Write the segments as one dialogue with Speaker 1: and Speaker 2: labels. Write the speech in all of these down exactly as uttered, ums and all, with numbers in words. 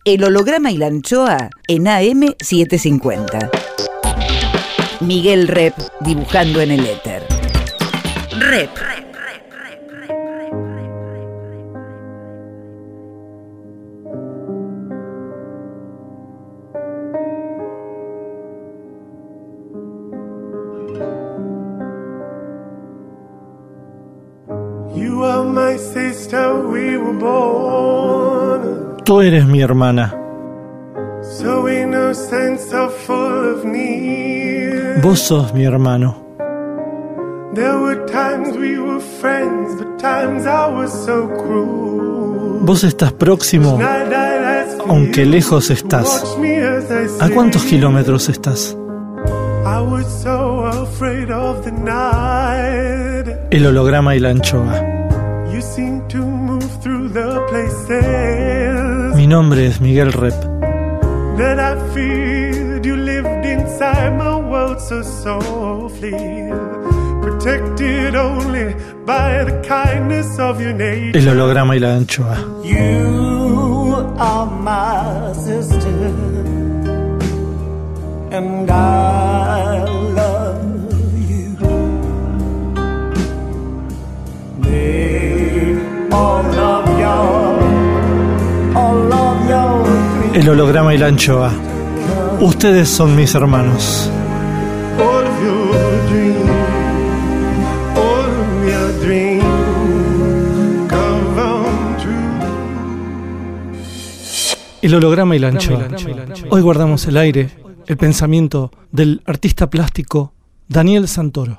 Speaker 1: El holograma y la anchoa en A M setecientos cincuenta. Miguel Rep dibujando en el éter. Rep.
Speaker 2: You are my sister, we were born.
Speaker 3: Tú eres mi hermana.
Speaker 2: So innocent, so full of need.
Speaker 3: Vos sos mi hermano.
Speaker 2: There were times we were friends, but times I was so cruel.
Speaker 3: Vos estás próximo, aunque lejos estás. ¿A cuántos kilómetros estás?
Speaker 2: I was so afraid of the night.
Speaker 3: El holograma y la anchoa.
Speaker 2: You seem to move through the places.
Speaker 3: Mi nombre es Miguel Rep.
Speaker 2: That I feared you lived inside my world so softly, protected only by the kindness of your nature.
Speaker 3: El holograma y la anchoa.
Speaker 2: You are my sister, and I love you. May all of your, all of your
Speaker 3: El holograma y la anchoa. Ustedes son mis hermanos.
Speaker 2: all of your dreams, all of your dreams come on true.
Speaker 3: El holograma y la anchoa. Hoy guardamos el aire, el pensamiento del artista plástico Daniel Santoro.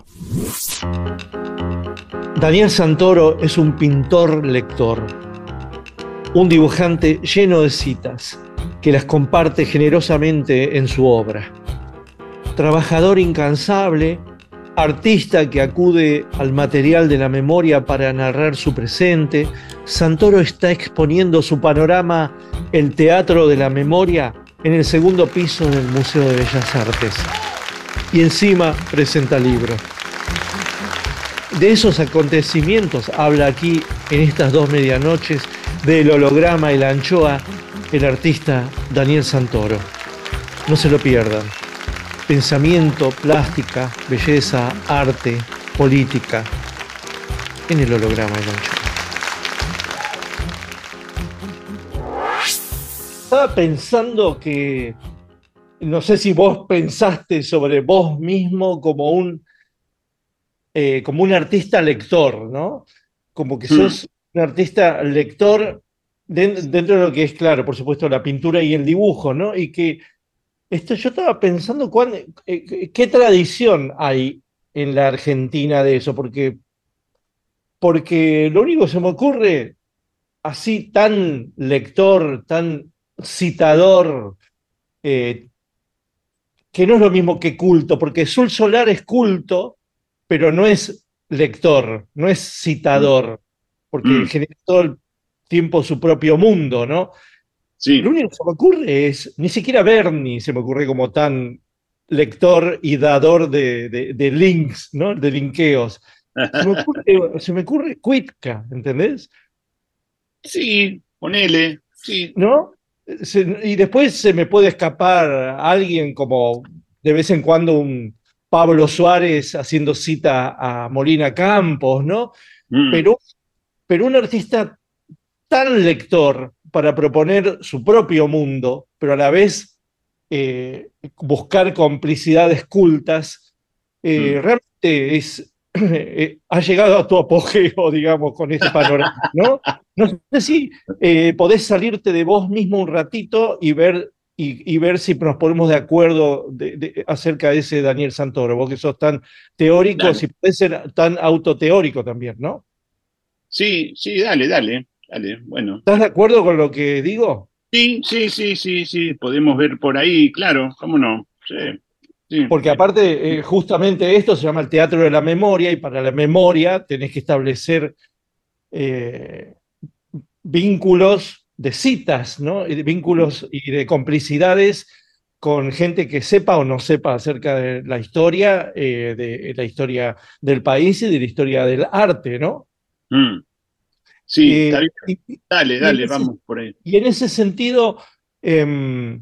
Speaker 3: Daniel Santoro es un pintor lector, un dibujante lleno de citas, que las comparte generosamente en su obra. Trabajador incansable, artista que acude al material de la memoria para narrar su presente, Santoro está exponiendo su panorama El Teatro de la Memoria en el segundo piso del Museo de Bellas Artes. Y encima presenta libros. De esos acontecimientos habla aquí en estas dos medianoches del holograma y la anchoa el artista Daniel Santoro. No se lo pierdan. Pensamiento, plástica, belleza, arte, política en el holograma y la anchoa. Estaba pensando que, no sé si vos pensaste sobre vos mismo como un, eh, como un artista lector, ¿no? Como que sos un artista lector dentro de lo que es, claro, por supuesto, la pintura y el dibujo, ¿no? Y que esto, yo estaba pensando cuán, eh, qué tradición hay en la Argentina de eso, porque, porque lo único que se me ocurre, así tan lector, tan citador, eh, que no es lo mismo que culto, porque Sul Solar es culto, pero no es lector, no es citador, porque mm. genera todo el tiempo su propio mundo, ¿no?
Speaker 4: Sí.
Speaker 3: Lo único que se me ocurre es, ni siquiera Bernie se me ocurre como tan lector y dador de, de, de links, ¿no? De linkeos. Se me ocurre, se me ocurre Cuitca, ¿entendés?
Speaker 4: Sí, ponele, sí.
Speaker 3: ¿No? Se, y después se me puede escapar alguien como de vez en cuando un Pablo Suárez haciendo cita a Molina Campos, ¿no? Mm. Pero, pero un artista tan lector para proponer su propio mundo, pero a la vez eh, buscar complicidades cultas, eh, mm. realmente es, eh, ha llegado a tu apogeo, digamos, con este panorama, ¿no? No sé si eh, podés salirte de vos mismo un ratito y ver, y, y ver si nos ponemos de acuerdo de, de, acerca de ese Daniel Santoro, vos que sos tan teórico, dale. Si podés ser tan autoteórico también, ¿no?
Speaker 4: Sí, sí, dale, dale. Dale, bueno.
Speaker 3: ¿Estás de acuerdo con lo que digo?
Speaker 4: Sí, sí, sí, sí, sí, podemos ver por ahí, claro, cómo no. Sí, sí.
Speaker 3: Porque aparte, eh, justamente esto se llama el teatro de la memoria, y para la memoria tenés que establecer eh, vínculos de citas, ¿no? Y de vínculos y de complicidades con gente que sepa o no sepa acerca de la historia, eh, de la historia del país y de la historia del arte, ¿no?
Speaker 4: Mm. Sí,
Speaker 3: eh,
Speaker 4: y, dale, dale, vamos
Speaker 3: ese,
Speaker 4: por ahí.
Speaker 3: Y en ese sentido, Eh,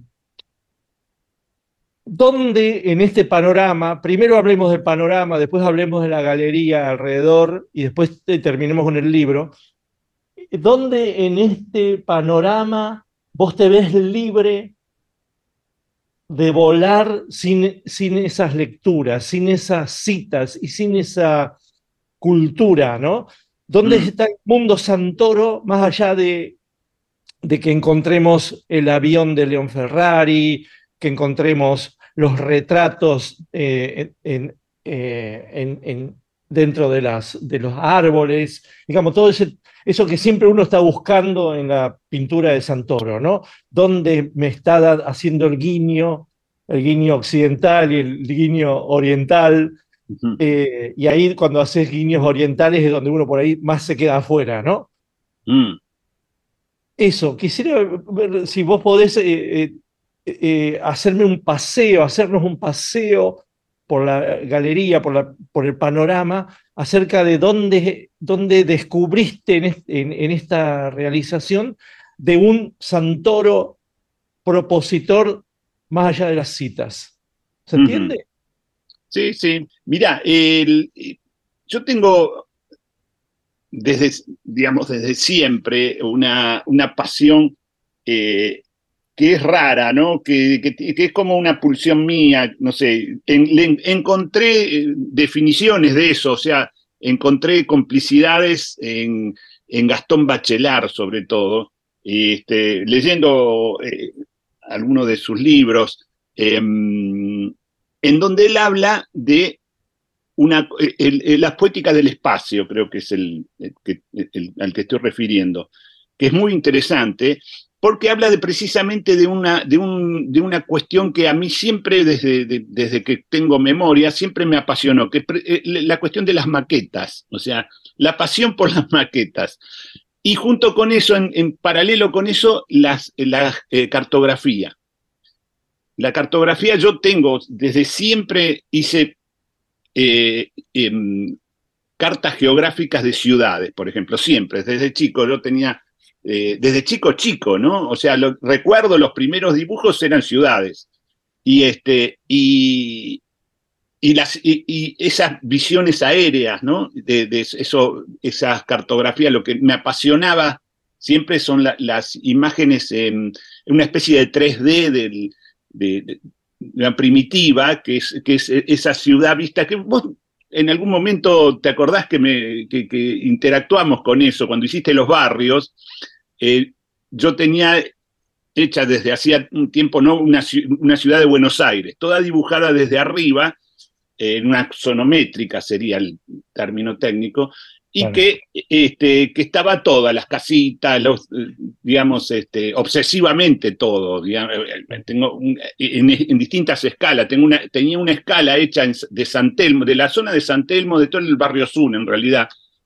Speaker 3: ¿Dónde en este panorama, primero hablemos del panorama, después hablemos de la galería alrededor y después terminemos con el libro? ¿Dónde en este panorama vos te ves libre de volar sin, sin esas lecturas, sin esas citas y sin esa cultura, ¿no? ¿Dónde mm. está el mundo Santoro más allá de, de que encontremos el avión de Leon Ferrari, que encontremos los retratos eh, en, eh, en, en, dentro de, las, de los árboles, digamos, todo ese, eso que siempre uno está buscando en la pintura de Santoro, ¿no? Donde me está haciendo el guiño, el guiño occidental y el guiño oriental, uh-huh. eh, y ahí cuando haces guiños orientales es donde uno por ahí más se queda afuera, ¿no? Mm. Eso, quisiera ver si vos podés eh, eh, eh, hacerme un paseo, hacernos un paseo por la galería, por, la, por el panorama, acerca de dónde, dónde descubriste en, este, en, en esta realización de un Santoro propositor más allá de las citas. ¿Se entiende?
Speaker 4: Uh-huh. Sí, sí. Mirá, el, yo tengo desde, digamos, desde siempre una, una pasión eh, que es rara, ¿no? Que, que, que es como una pulsión mía, no sé, en, le, encontré definiciones de eso, o sea, encontré complicidades en, en Gastón Bachelard, sobre todo, este, leyendo eh, algunos de sus libros, eh, en donde él habla de una, el, el, las poéticas del espacio, creo que es el, el, el, el al que estoy refiriendo, que es muy interesante, porque habla de precisamente de una, de, un, de una cuestión que a mí siempre, desde, de, desde que tengo memoria, siempre me apasionó, que es la cuestión de las maquetas, o sea, la pasión por las maquetas. Y junto con eso, en, en paralelo con eso, las, la eh, cartografía. La cartografía yo tengo, desde siempre hice eh, eh, cartas geográficas de ciudades, por ejemplo, siempre, desde chico yo tenía... Eh, desde chico chico, ¿no? O sea, lo, recuerdo los primeros dibujos eran ciudades. Y, este, y, y, las, y, y esas visiones aéreas, ¿no? De, de eso, esas cartografías, lo que me apasionaba siempre son la, las imágenes en una especie de tres D del, de, de, de la primitiva, que es, que es esa ciudad vista, que vos en algún momento te acordás que, me, que, que interactuamos con eso, cuando hiciste los barrios. Eh, yo tenía hecha desde hacía un tiempo, ¿no? una, una ciudad de Buenos Aires, toda dibujada desde arriba, eh, en una sonométrica sería el término técnico, y claro. que, este, que estaba toda, las casitas, los, digamos, este, obsesivamente todo, digamos, tengo un, en, en distintas escalas, tengo una, tenía una escala hecha en, de San Telmo, de la zona de San Telmo, de todo el barrio Sun en realidad,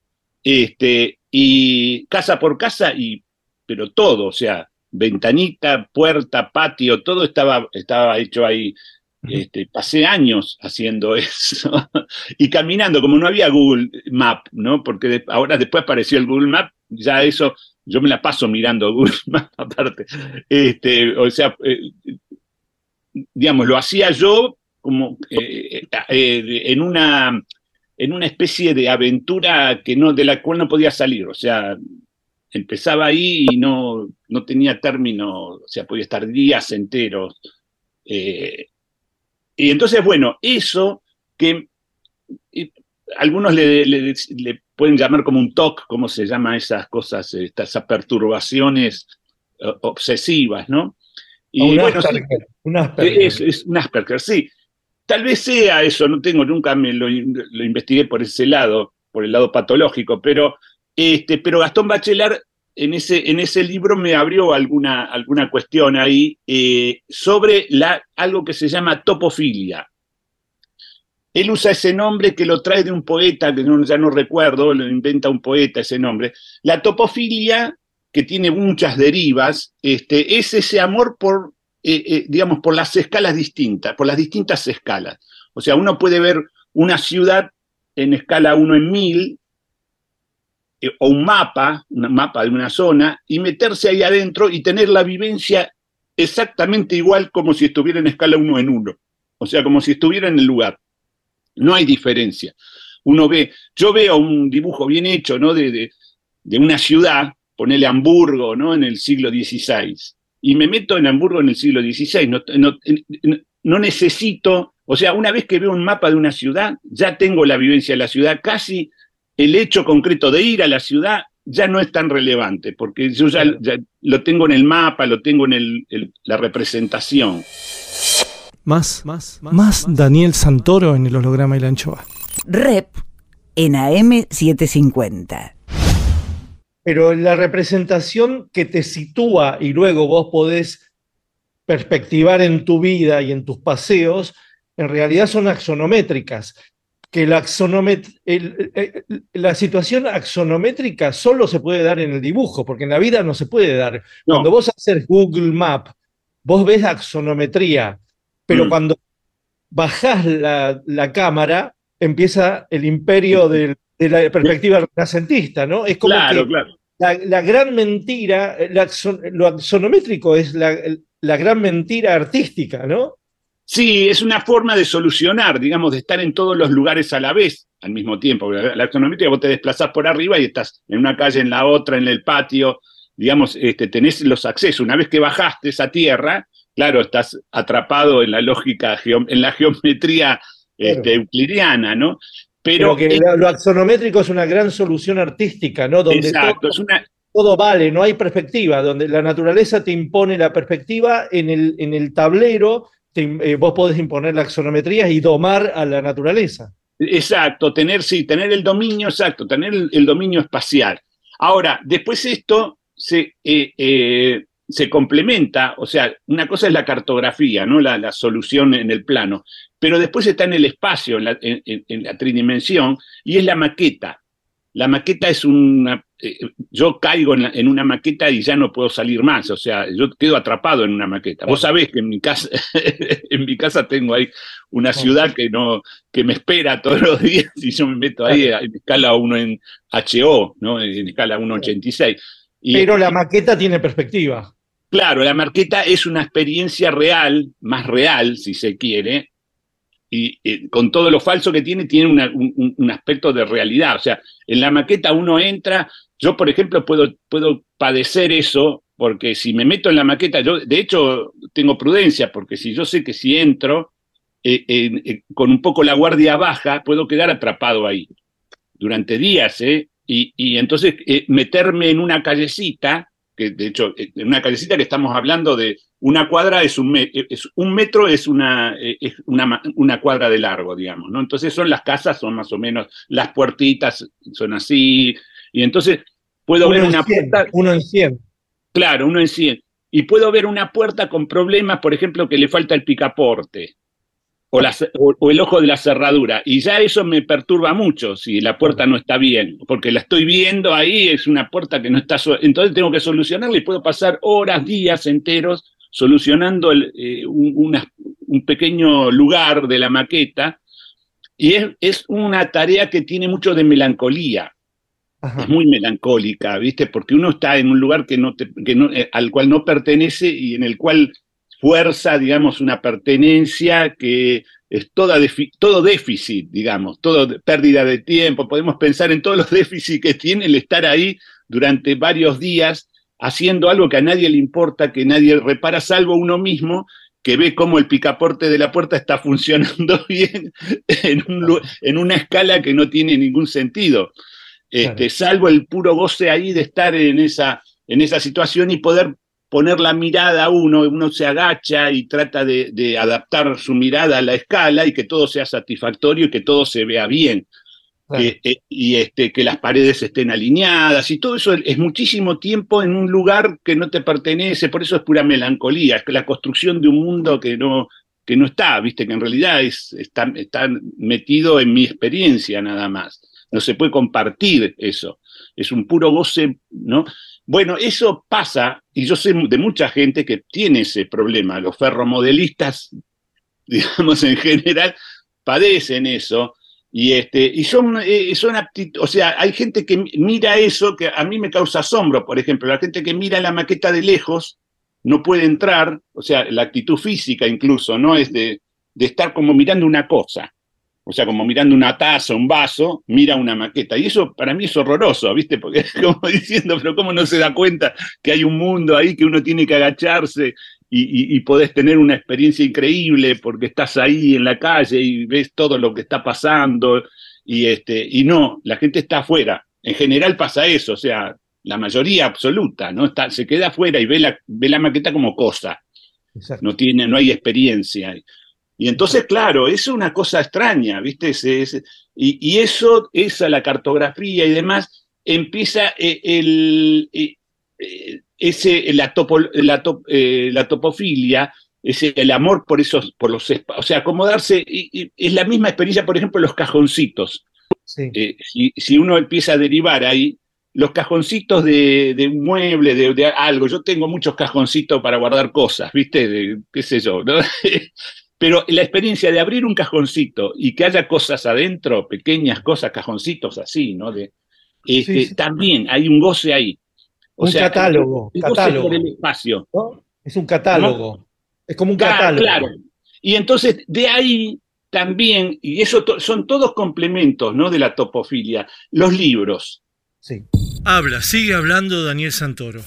Speaker 4: este, y casa por casa, y pero todo, o sea, ventanita, puerta, patio, todo estaba, estaba hecho ahí. Este, pasé años haciendo eso y caminando, como no había Google Map, ¿no? Porque de, ahora después apareció el Google Map, ya eso, yo me la paso mirando Google Map aparte. Este, o sea, eh, digamos, lo hacía yo como eh, eh, en una en una especie de aventura que no, de la cual no podía salir, o sea, empezaba ahí y no, no tenía término, o sea, podía estar días enteros. Eh, y entonces, bueno, eso que y, algunos le, le, le pueden llamar como un T O C, como se llama esas cosas, estas, esas perturbaciones uh, obsesivas, ¿no? Y
Speaker 3: un
Speaker 4: bueno,
Speaker 3: Asperger,
Speaker 4: sí,
Speaker 3: un Asperger.
Speaker 4: Es, es un Asperger, sí. Tal vez sea eso, no tengo, nunca me lo, lo investigué por ese lado, por el lado patológico, pero, este, pero Gastón Bachelard en ese, en ese libro me abrió alguna, alguna cuestión ahí eh, sobre la, algo que se llama topofilia. Él usa ese nombre que lo trae de un poeta, que no, ya no recuerdo, lo inventa un poeta ese nombre. La topofilia, que tiene muchas derivas, este, es ese amor por... Eh, eh, digamos, por las escalas distintas, por las distintas escalas. O sea, uno puede ver una ciudad en escala uno en mil, eh, o un mapa, un mapa de una zona, y meterse ahí adentro y tener la vivencia exactamente igual como si estuviera en escala uno en uno. O sea, como si estuviera en el lugar. No hay diferencia. Uno ve, yo veo un dibujo bien hecho, ¿no? De, de, de una ciudad, ponele Hamburgo, ¿no? En el siglo dieciséis. Y me meto en Hamburgo en el siglo dieciséis. No, no, no necesito, o sea, una vez que veo un mapa de una ciudad, ya tengo la vivencia de la ciudad. Casi el hecho concreto de ir a la ciudad ya no es tan relevante, porque yo ya, ya lo tengo en el mapa, lo tengo en el, el, la representación.
Speaker 5: Más, más, más, más Daniel Santoro en el holograma y la anchoa.
Speaker 1: Rep en A M setecientos cincuenta.
Speaker 3: Pero la representación que te sitúa y luego vos podés perspectivar en tu vida y en tus paseos, en realidad son axonométricas. Que la, axonomet el, el, la situación axonométrica solo se puede dar en el dibujo, porque en la vida no se puede dar. No. Cuando vos haces Google Map, vos ves axonometría, pero mm. cuando bajás la, la cámara, empieza el imperio de, de la perspectiva renacentista, ¿no? Es como
Speaker 4: claro,
Speaker 3: que
Speaker 4: claro.
Speaker 3: La, la gran mentira, la axon, lo axonométrico es la, la gran mentira artística, ¿no?
Speaker 4: Sí, es una forma de solucionar, digamos, de estar en todos los lugares a la vez, al mismo tiempo. La axonometría, vos te desplazás por arriba y estás en una calle, en la otra, en el patio, digamos, este, tenés los accesos. Una vez que bajaste esa tierra, claro, estás atrapado en la lógica, en la geometría este, claro. euclidiana, ¿no?
Speaker 3: Pero, Pero que es, lo, lo axonométrico es una gran solución artística, ¿no? Donde
Speaker 4: exacto,
Speaker 3: todo,
Speaker 4: es una...
Speaker 3: todo vale, no hay perspectiva, donde la naturaleza te impone la perspectiva en el, en el tablero. Te, eh, vos podés imponer la axonometría y domar a la naturaleza.
Speaker 4: Exacto, tener, sí, tener el dominio, exacto, tener el, el dominio espacial. Ahora, después esto se, eh, eh, se complementa, o sea, una cosa es la cartografía, ¿no? La, la solución en el plano, pero después está en el espacio, en la, en, en la tridimensión, y es la maqueta. La maqueta es una... Eh, yo caigo en, la, en una maqueta y ya no puedo salir más, o sea, yo quedo atrapado en una maqueta. Vos sabés que en mi casa, en mi casa tengo ahí una ciudad que no, que me espera todos los días y yo me meto ahí en escala uno en H O, ¿no? En escala uno ochenta y seis. Y,
Speaker 3: pero la maqueta tiene perspectiva.
Speaker 4: Claro, la maqueta es una experiencia real, más real, si se quiere, y eh, con todo lo falso que tiene, tiene una, un, un aspecto de realidad. O sea, en la maqueta uno entra, yo por ejemplo puedo, puedo padecer eso, porque si me meto en la maqueta, yo de hecho tengo prudencia, porque si yo sé que si entro eh, eh, eh, con un poco la guardia baja, puedo quedar atrapado ahí durante días, ¿eh? Y, y entonces eh, meterme en una callecita, que de hecho, en una callecita que estamos hablando de una cuadra, es un, me, es un metro es, una, es una, una cuadra de largo, digamos, ¿no? Entonces son las casas, son más o menos, las puertitas son así, y entonces puedo
Speaker 3: uno
Speaker 4: ver una
Speaker 3: cien,
Speaker 4: puerta...
Speaker 3: Uno en cien.
Speaker 4: Claro, uno en cien. Y puedo ver una puerta con problemas, por ejemplo, que le falta el picaporte, o, la, o, o el ojo de la cerradura, y ya eso me perturba mucho si la puerta no está bien, porque la estoy viendo ahí, es una puerta que no está, so entonces tengo que solucionarla y puedo pasar horas, días enteros solucionando el, eh, un, una, un pequeño lugar de la maqueta, y es, es una tarea que tiene mucho de melancolía. Ajá. Es muy melancólica, ¿viste? Porque uno está en un lugar que no te, que no, eh, al cual no pertenece y en el cual fuerza, digamos, una pertenencia que es toda todo déficit, digamos, todo pérdida de tiempo. Podemos pensar en todos los déficits que tiene el estar ahí durante varios días haciendo algo que a nadie le importa, que nadie repara, salvo uno mismo, que ve cómo el picaporte de la puerta está funcionando bien en, un, en una escala que no tiene ningún sentido. Este, claro. Salvo el puro goce ahí de estar en esa, en esa situación y poder poner la mirada a uno, uno se agacha y trata de, de adaptar su mirada a la escala y que todo sea satisfactorio y que todo se vea bien. Claro. Eh, eh, y este, que las paredes estén alineadas y todo eso es muchísimo tiempo en un lugar que no te pertenece, por eso es pura melancolía, es la construcción de un mundo que no, que no está, viste, que en realidad es, está, está metido en mi experiencia nada más, no se puede compartir eso, es un puro goce, ¿no? Bueno, eso pasa, y yo sé de mucha gente que tiene ese problema, los ferromodelistas, digamos, en general, padecen eso. Y, este, y son, eh, son o sea, hay gente que mira eso que a mí me causa asombro, por ejemplo, la gente que mira la maqueta de lejos no puede entrar, o sea, la actitud física incluso, ¿no? Es de, de estar como mirando una cosa. O sea, como mirando una taza, un vaso, mira una maqueta. Y eso para mí es horroroso, ¿viste? Porque es como diciendo, pero ¿cómo no se da cuenta que hay un mundo ahí que uno tiene que agacharse y, y, y podés tener una experiencia increíble porque estás ahí en la calle y ves todo lo que está pasando? Y, este, y no, la gente está afuera. En general pasa eso, o sea, la mayoría absoluta, ¿no? Está, se queda afuera y ve la, ve la maqueta como cosa. Exacto. No tiene, no hay experiencia. Y entonces, claro, es una cosa extraña, ¿viste? Se, se, y, y eso, esa, la cartografía y demás, empieza el, el, el ese, la, topo, la, top, eh, la topofilia, ese, el amor por esos, por los espacios, o sea, acomodarse, y, y es la misma experiencia, por ejemplo, los cajoncitos. Sí. Eh, si, si uno empieza a derivar ahí, los cajoncitos de, de un mueble, de, de algo, yo tengo muchos cajoncitos para guardar cosas, ¿viste? De, qué sé yo, ¿no? Pero la experiencia de abrir un cajoncito y que haya cosas adentro, pequeñas cosas, cajoncitos así, ¿no? De, este, sí, sí. También hay un goce ahí. O
Speaker 3: un
Speaker 4: sea,
Speaker 3: catálogo.
Speaker 4: El, el
Speaker 3: catálogo.
Speaker 4: Por el espacio.
Speaker 3: ¿No? Es un catálogo. ¿No? Es como un
Speaker 4: claro,
Speaker 3: catálogo.
Speaker 4: Claro. Y entonces, de ahí también, y eso to, son todos complementos, ¿no? De la topofilia, los libros.
Speaker 3: Sí.
Speaker 5: Habla, sigue hablando Daniel Santoro.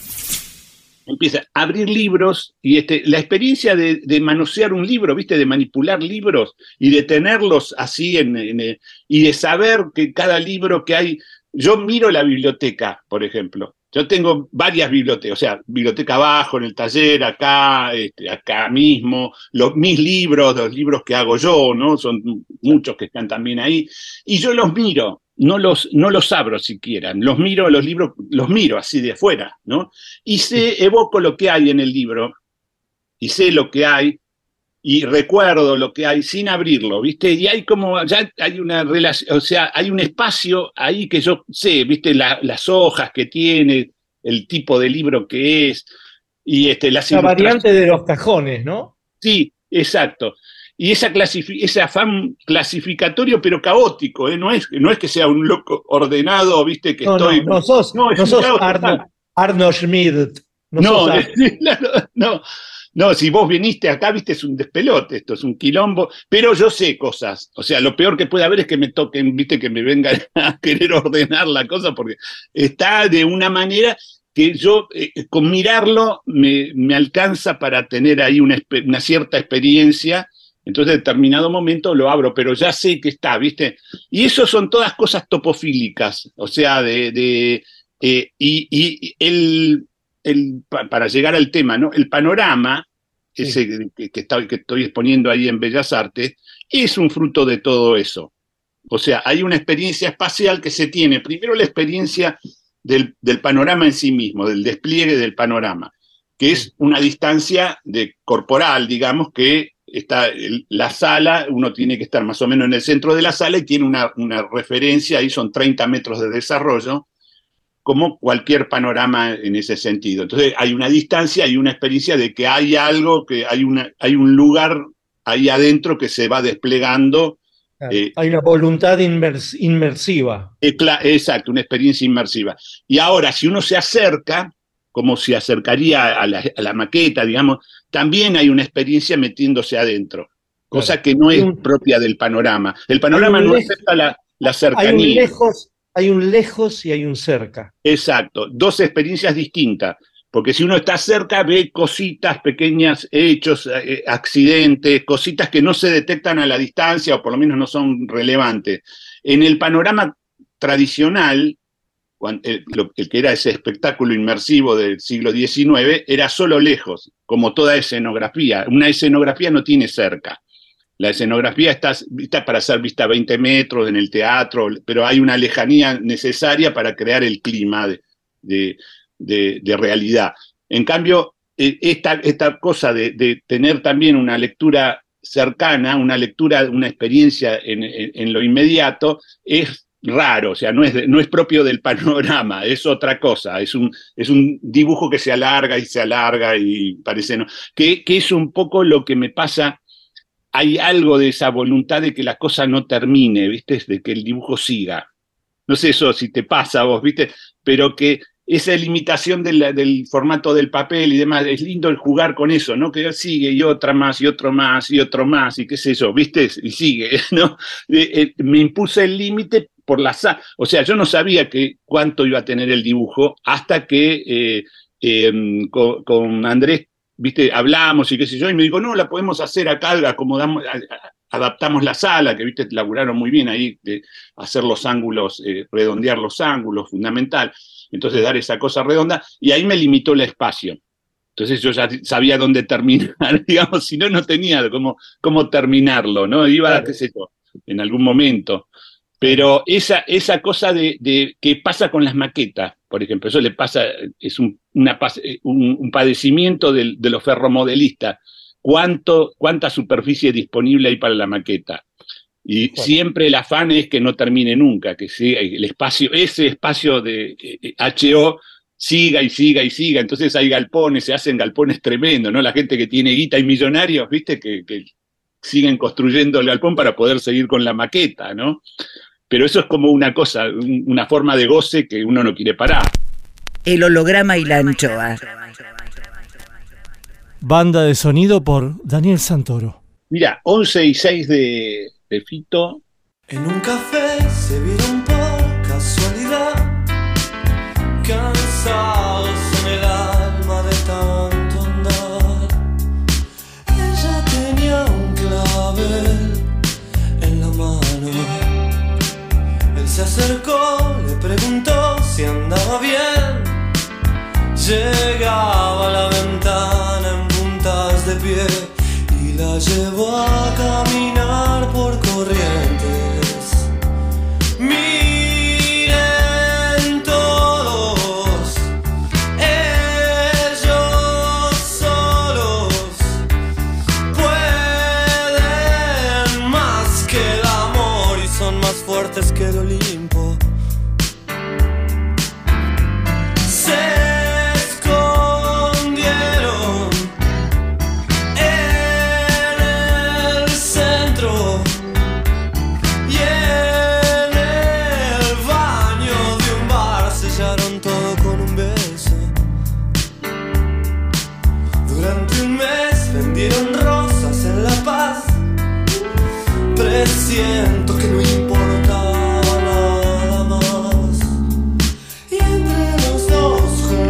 Speaker 4: Empieza a abrir libros y este, la experiencia de, de manosear un libro, ¿viste? De manipular libros y de tenerlos así en, en, y de saber que cada libro que hay, yo miro la biblioteca, por ejemplo. Yo tengo varias bibliotecas, o sea, biblioteca abajo, en el taller, acá, este, acá mismo, los, mis libros, los libros que hago yo, ¿no? Son muchos que están también ahí, y yo los miro. No los, no los abro siquiera, los miro, los libros, los miro así de afuera, ¿no? Y sé, evoco lo que hay en el libro, y sé lo que hay, y recuerdo lo que hay sin abrirlo, ¿viste? Y hay como, ya hay una relación, o sea, hay un espacio ahí que yo sé, ¿viste? La, las hojas que tiene, el tipo de libro que es, y este, las
Speaker 3: la variante de los cajones, ¿no?
Speaker 4: Sí, exacto. Y esa ese afán clasificatorio, pero caótico, ¿eh? No es, no es que sea un loco ordenado, ¿viste? Que
Speaker 3: no,
Speaker 4: estoy.
Speaker 3: No, no sos, no, no sos Arno, Arno Schmidt.
Speaker 4: No, no, sos no, no, no, si vos viniste acá, viste, es un despelote, esto es un quilombo, pero yo sé cosas. O sea, lo peor que puede haber es que me toquen, viste, que me vengan a querer ordenar la cosa, porque está de una manera que yo, eh, con mirarlo, me, me alcanza para tener ahí una, una cierta experiencia. Entonces, en determinado momento lo abro, pero ya sé que está, ¿viste? Y eso son todas cosas topofílicas, o sea, de... de eh, y, y el, el, para llegar al tema, ¿no? El panorama, sí. ese que, que, está, que estoy exponiendo ahí en Bellas Artes, es un fruto de todo eso. O sea, hay una experiencia espacial que se tiene, primero la experiencia del, del panorama en sí mismo, del despliegue del panorama, que es una distancia de, corporal, digamos, que está la sala, uno tiene que estar más o menos en el centro de la sala y tiene una, una referencia, ahí son treinta metros de desarrollo, como cualquier panorama en ese sentido. Entonces hay una distancia, hay una experiencia de que hay algo, que hay, una, hay un lugar ahí adentro que se va desplegando.
Speaker 3: Claro, eh, hay una voluntad inmers inmersiva.
Speaker 4: Eh, exacto, una experiencia inmersiva. Y ahora, si uno se acerca, como se acercaría a la, a la maqueta, digamos, también hay una experiencia metiéndose adentro, cosa claro. que no es un, propia del panorama. El panorama no acepta la, la cercanía.
Speaker 3: Hay un, lejos, hay un lejos y hay un cerca.
Speaker 4: Exacto, dos experiencias distintas, porque si uno está cerca ve cositas, pequeños hechos, eh, accidentes, cositas que no se detectan a la distancia o por lo menos no son relevantes. En el panorama tradicional, El, el que era ese espectáculo inmersivo del siglo diecinueve, era solo lejos, como toda escenografía. Una escenografía no tiene cerca. La escenografía está, está para ser vista a veinte metros en el teatro, pero hay una lejanía necesaria para crear el clima de, de, de, de realidad. En cambio, esta, esta cosa de, de tener también una lectura cercana, una lectura, una experiencia en, en, en lo inmediato, es raro, o sea, no es, no es propio del panorama, es otra cosa, es un, es un dibujo que se alarga y se alarga y parece no, que, que es un poco lo que me pasa, hay algo de esa voluntad de que la cosa no termine, ¿viste? De que el dibujo siga. No sé eso si te pasa a vos, ¿viste? Pero que esa limitación de la, del formato del papel y demás, es lindo el jugar con eso, ¿no? Que sigue y otra más y otro más y otro más y qué sé yo, ¿viste? Y sigue, ¿no? Eh, eh, me impuse el límite por la sala. O sea, yo no sabía que cuánto iba a tener el dibujo hasta que eh, eh, con, con Andrés, ¿viste? Hablamos y qué sé yo, y me dijo, no, la podemos hacer acá, acomodamos, adaptamos la sala, que, ¿viste? Laburaron muy bien ahí, de hacer los ángulos, eh, redondear los ángulos, fundamental. Entonces dar esa cosa redonda, y ahí me limitó el espacio. Entonces yo ya sabía dónde terminar, digamos, si no, no tenía cómo, cómo terminarlo, ¿no? Iba, claro, qué sé yo, en algún momento. Pero esa, esa cosa de, de que pasa con las maquetas, por ejemplo, eso le pasa, es un, una, un, un padecimiento de, de los ferromodelistas. ¿Cuánto, cuánta superficie disponible hay para la maqueta? Y claro, siempre el afán es que no termine nunca, que siga el espacio, ese espacio de eh, H O siga y siga y siga. Entonces hay galpones, se hacen galpones tremendos, ¿no? La gente que tiene guita y millonarios, ¿viste? Que, que siguen construyendo el galpón para poder seguir con la maqueta, ¿no? Pero eso es como una cosa, un, una forma de goce que uno no quiere parar.
Speaker 1: El holograma y la anchoa.
Speaker 5: Banda de sonido por Daniel Santoro.
Speaker 4: Mira, once y seis de... de Fito.
Speaker 6: En un café se vieron por casualidad, cansados en el alma de tanto andar. Ella tenía un clavel en la mano. Él se acercó, le preguntó si andaba bien. Llegaba a la ventana en puntas de pie y la llevó a caminar por corrientes. Miren todos, ellos solos pueden más que el amor y son más fuertes que el Olimpo. Siento que no importa nada más. Y entre los dos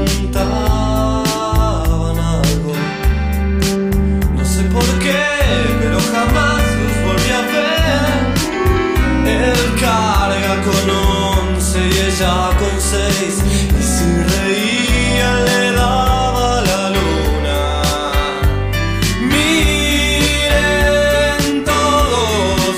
Speaker 6: juntaban algo. No sé por qué, pero jamás los volví a ver. Él carga con once y ella con seis. Y si reía le daba la luna. Miren todos,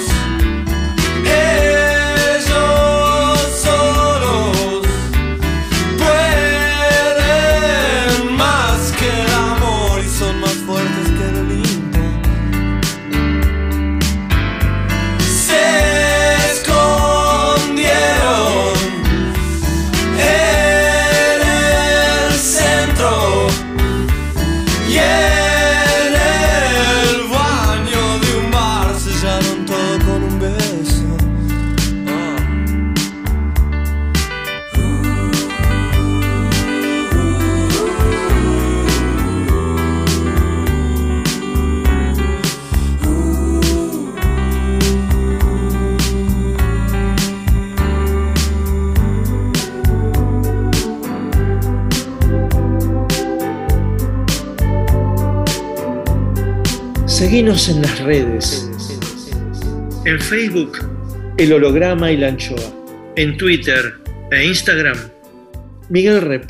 Speaker 3: Seguinos en las redes. En Facebook, El Holograma y la Anchoa. En Twitter e Instagram, Miguel Rep.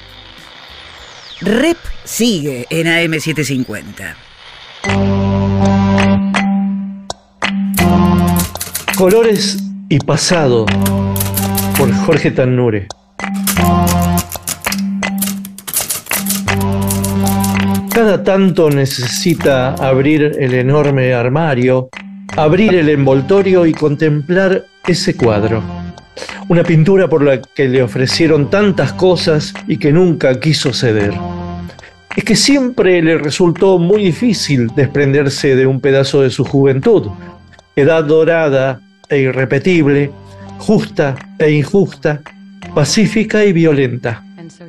Speaker 1: Rep sigue en A M setecientos cincuenta.
Speaker 3: Colores y pasado, por Jorge Tannure. Cada tanto necesita abrir el enorme armario, abrir el envoltorio y contemplar ese cuadro. Una pintura por la que le ofrecieron tantas cosas y que nunca quiso ceder. Es que siempre le resultó muy difícil desprenderse de un pedazo de su juventud, edad dorada e irrepetible, justa e injusta, pacífica y violenta.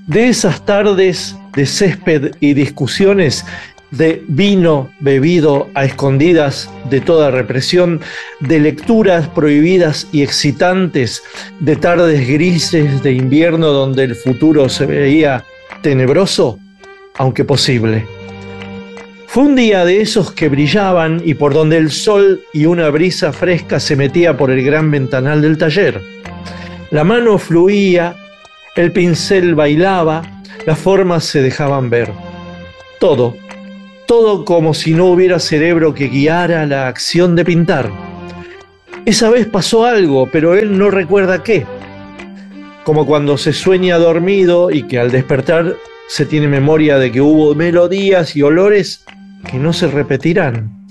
Speaker 3: De esas tardes de césped y discusiones, de vino bebido a escondidas de toda represión, de lecturas prohibidas y excitantes, de tardes grises de invierno donde el futuro se veía tenebroso, aunque posible. Fue un día de esos que brillaban y por donde el sol y una brisa fresca se metía por el gran ventanal del taller. La mano fluía, el pincel bailaba, las formas se dejaban ver. Todo, todo como si no hubiera cerebro que guiara la acción de pintar. Esa vez pasó algo, pero él no recuerda qué. Como cuando se sueña dormido y que al despertar se tiene memoria de que hubo melodías y olores que no se repetirán.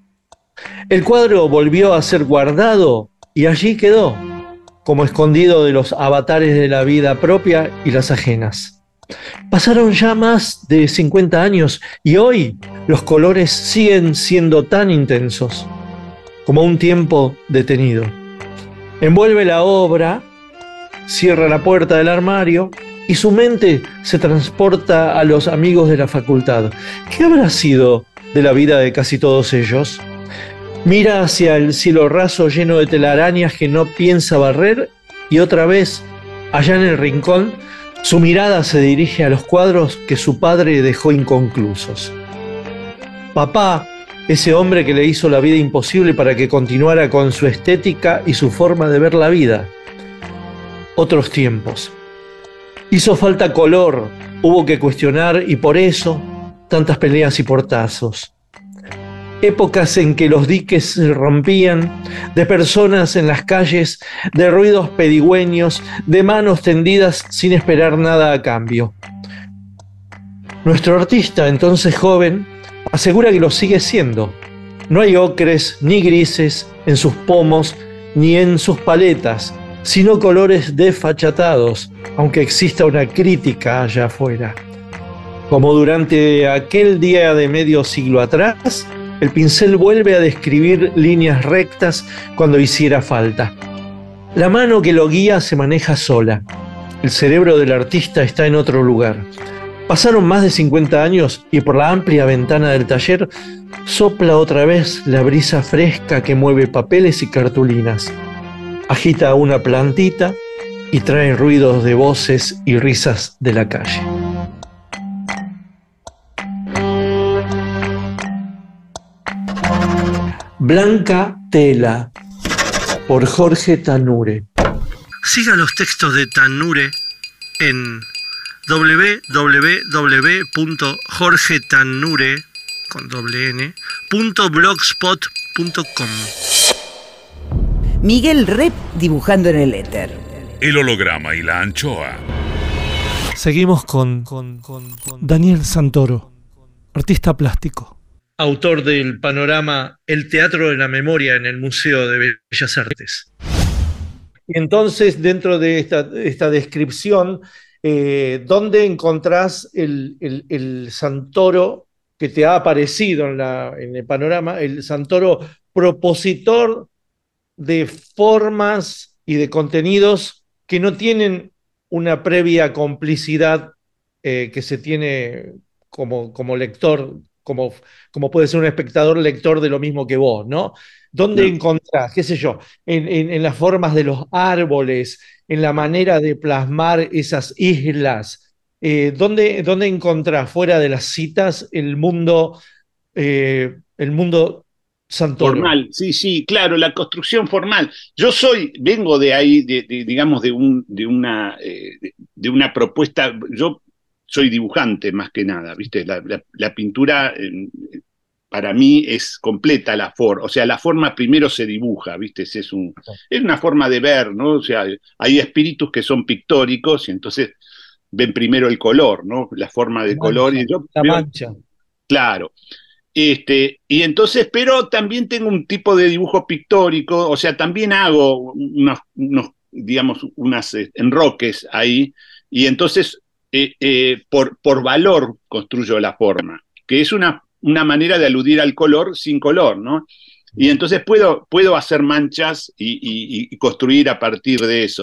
Speaker 3: El cuadro volvió a ser guardado y allí quedó, como escondido de los avatares de la vida propia y las ajenas. Pasaron ya más de cincuenta años y hoy los colores siguen siendo tan intensos, como un tiempo detenido. Envuelve la obra, cierra la puerta del armario y su mente se transporta a los amigos de la facultad. ¿Qué habrá sido de la vida de casi todos ellos? Mira hacia el cielo raso lleno de telarañas que no piensa barrer y otra vez, allá en el rincón, su mirada se dirige a los cuadros que su padre dejó inconclusos. Papá, ese hombre que le hizo la vida imposible para que continuara con su estética y su forma de ver la vida. Otros tiempos. Hizo falta color, hubo que cuestionar y por eso tantas peleas y portazos. Épocas en que los diques se rompían, de personas en las calles, de ruidos pedigüeños, de manos tendidas sin esperar nada a cambio. Nuestro artista, entonces joven, asegura que lo sigue siendo. No hay ocres ni grises en sus pomos ni en sus paletas, sino colores desfachatados, aunque exista una crítica allá afuera. Como durante aquel día de medio siglo atrás, el pincel vuelve a describir líneas rectas cuando hiciera falta. La mano que lo guía se maneja sola. El cerebro del artista está en otro lugar. Pasaron más de cincuenta años y por la amplia ventana del taller sopla otra vez la brisa fresca que mueve papeles y cartulinas. Agita una plantita y trae ruidos de voces y risas de la calle. Blanca Tela, por Jorge Tanure. Siga los textos de Tanure en doble u doble u doble u punto jorge tanure con doble n punto blogspot punto com.
Speaker 1: Miguel Rep dibujando en el éter.
Speaker 7: El holograma y la anchoa.
Speaker 5: Seguimos con, con, con, con Daniel Santoro, artista plástico.
Speaker 3: Autor del panorama El Teatro de la Memoria en el Museo de Bellas Artes. Y entonces, dentro de esta, esta descripción, eh, ¿dónde encontrás el, el, el Santoro que te ha aparecido en, la, en el panorama? El Santoro propositor de formas y de contenidos que no tienen una previa complicidad eh, que se tiene como, como lector, como, como puede ser un espectador lector de lo mismo que vos, ¿no? ¿Dónde no. encontrás, qué sé yo, en, en, en las formas de los árboles, en la manera de plasmar esas islas? Eh, ¿dónde, ¿Dónde encontrás, fuera de las citas, el mundo, eh, el mundo Santoro?
Speaker 4: Formal, sí, sí, claro, la construcción formal. Yo soy, vengo de ahí, de, de, digamos, de, un, de, una, eh, de, de una propuesta, yo soy dibujante más que nada, ¿viste? La, la, la pintura eh, para mí es completa la forma, o sea, la forma primero se dibuja, ¿viste? Es, un, es una forma de ver, ¿no? O sea, hay espíritus que son pictóricos y entonces ven primero el color, ¿no? La forma de la color.
Speaker 3: Mancha,
Speaker 4: y yo,
Speaker 3: la
Speaker 4: veo,
Speaker 3: mancha.
Speaker 4: Claro. Este, y entonces, pero también tengo un tipo de dibujo pictórico, o sea, también hago unos, unos digamos, unos eh, enroques ahí, y entonces eh, eh, por, por valor construyo la forma, que es una, una manera de aludir al color sin color, ¿no? Y entonces puedo, puedo hacer manchas y, y, y construir a partir de eso.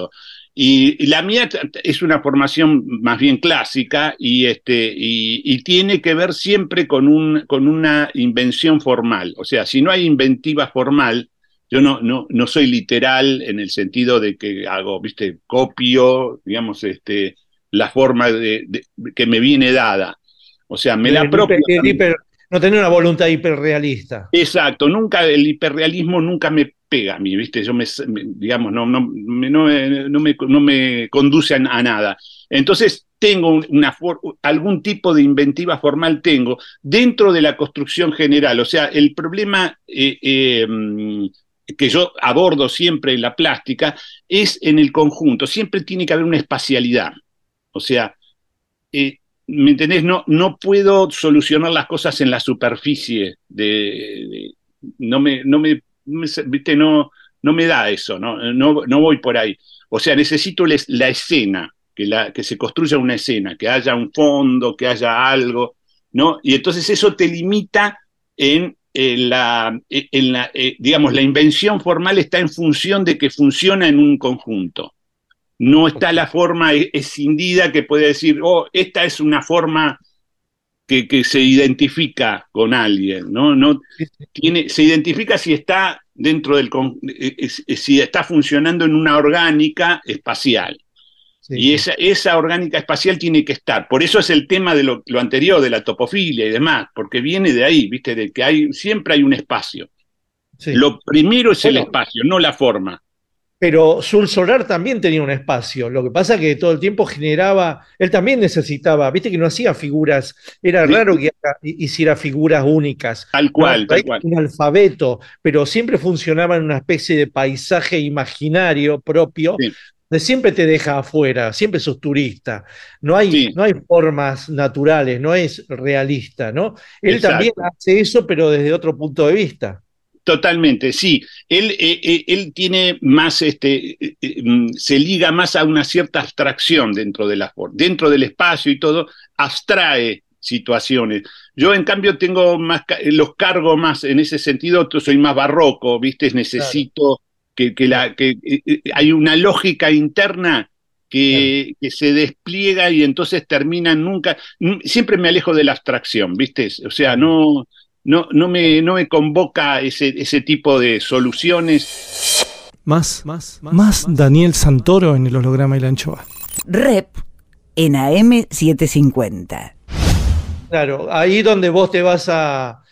Speaker 4: Y, y la mía es una formación más bien clásica y, este, y, y tiene que ver siempre con, un, con una invención formal. O sea, si no hay inventiva formal, yo no, no, no soy literal en el sentido de que hago, viste, copio, digamos, este, la forma de, de, que me viene dada. O sea, me la apropio.
Speaker 3: El hiper, el hiper, no tener una voluntad hiperrealista.
Speaker 4: Exacto, nunca, el hiperrealismo nunca me pega a mí, ¿viste? Yo me, me digamos, no, no, me, no, no, me, no me conduce a, a nada. Entonces, tengo una for, algún tipo de inventiva formal tengo dentro de la construcción general. O sea, el problema eh, eh, que yo abordo siempre en la plástica es en el conjunto. Siempre tiene que haber una espacialidad. O sea, eh, ¿me entendés? No, no puedo solucionar las cosas en la superficie. De, de, no me... No me Me, ¿viste? No, no me da eso, ¿no? No, no voy por ahí. O sea, necesito les, la escena, que, la, que se construya una escena, que haya un fondo, que haya algo, ¿no? Y entonces eso te limita en, en la, en la eh, digamos, la invención formal está en función de que funciona en un conjunto. No está la forma escindida que puede decir, oh, esta es una forma Que, que se identifica con alguien, ¿no? No tiene, se identifica si está dentro del, si está funcionando en una orgánica espacial. Sí, y esa, esa orgánica espacial tiene que estar. Por eso es el tema de lo, lo anterior, de la topofilia y demás, porque viene de ahí, ¿viste? De que hay, siempre hay un espacio. Sí. Lo primero es bueno, el espacio, no la forma.
Speaker 3: Pero Sul Solar también tenía un espacio. Lo que pasa es que todo el tiempo generaba, él también necesitaba, viste que no hacía figuras, era sí. raro que hiciera figuras únicas.
Speaker 4: Tal cual,
Speaker 3: no,
Speaker 4: tal cual.
Speaker 3: Un alfabeto, pero siempre funcionaba en una especie de paisaje imaginario propio, sí. de siempre te deja afuera, siempre sos turista. No hay, sí. no hay formas naturales, no es realista, ¿no? Él Exacto. también hace eso, pero desde otro punto de vista.
Speaker 4: Totalmente, sí. Él, eh, él tiene más, este, eh, eh, se liga más a una cierta abstracción dentro de la dentro del espacio y todo, abstrae situaciones. Yo, en cambio, tengo más, los cargo más en ese sentido, soy más barroco, ¿viste? Necesito claro. que, que, la, que eh, hay una lógica interna que, claro. que se despliega y entonces termina nunca, siempre me alejo de la abstracción, ¿viste? O sea, no... No, no, me, no me convoca ese, ese tipo de soluciones.
Speaker 5: Más, más, más, más Daniel Santoro en el holograma y la anchoa.
Speaker 1: Rep en A M setecientos cincuenta.
Speaker 3: Claro, ahí donde vos te vas a,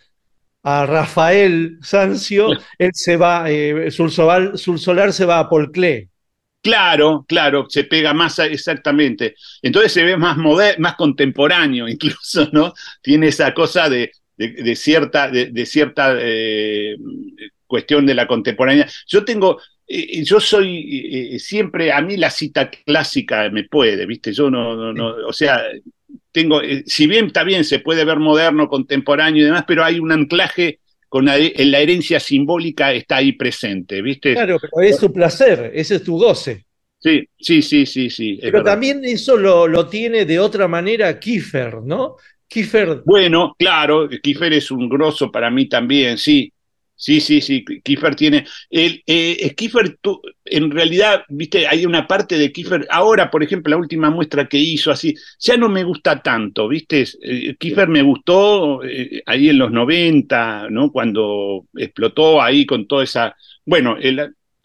Speaker 3: a Rafael Sanzio, él se va, eh, Sul Solar, Sul Solar se va a Paul Klee.
Speaker 4: Claro, claro, se pega más a, exactamente. Entonces se ve más moderno, más contemporáneo incluso, ¿no? Tiene esa cosa de De, de cierta, de, de cierta eh, cuestión de la contemporaneidad. Yo tengo, eh, yo soy eh, siempre, a mí la cita clásica me puede, ¿viste? Yo no, no, no o sea, tengo, eh, si bien está bien, se puede ver moderno, contemporáneo y demás, pero hay un anclaje con la, en la herencia simbólica, está ahí presente, ¿viste?
Speaker 3: Claro, pero es tu placer, ese es tu goce.
Speaker 4: Sí, sí, sí, sí, sí.
Speaker 3: Pero también eso lo, lo tiene de otra manera Kiefer, ¿no? Kiefer.
Speaker 4: Bueno, claro, Kiefer es un grosso para mí también, sí. Sí, sí, sí, Kiefer tiene... El, eh, Kiefer, tú, en realidad, viste, hay una parte de Kiefer, ahora, por ejemplo, la última muestra que hizo, así, ya no me gusta tanto, viste, eh, Kiefer me gustó eh, ahí en los noventa, ¿no? Cuando explotó ahí con toda esa... Bueno, el,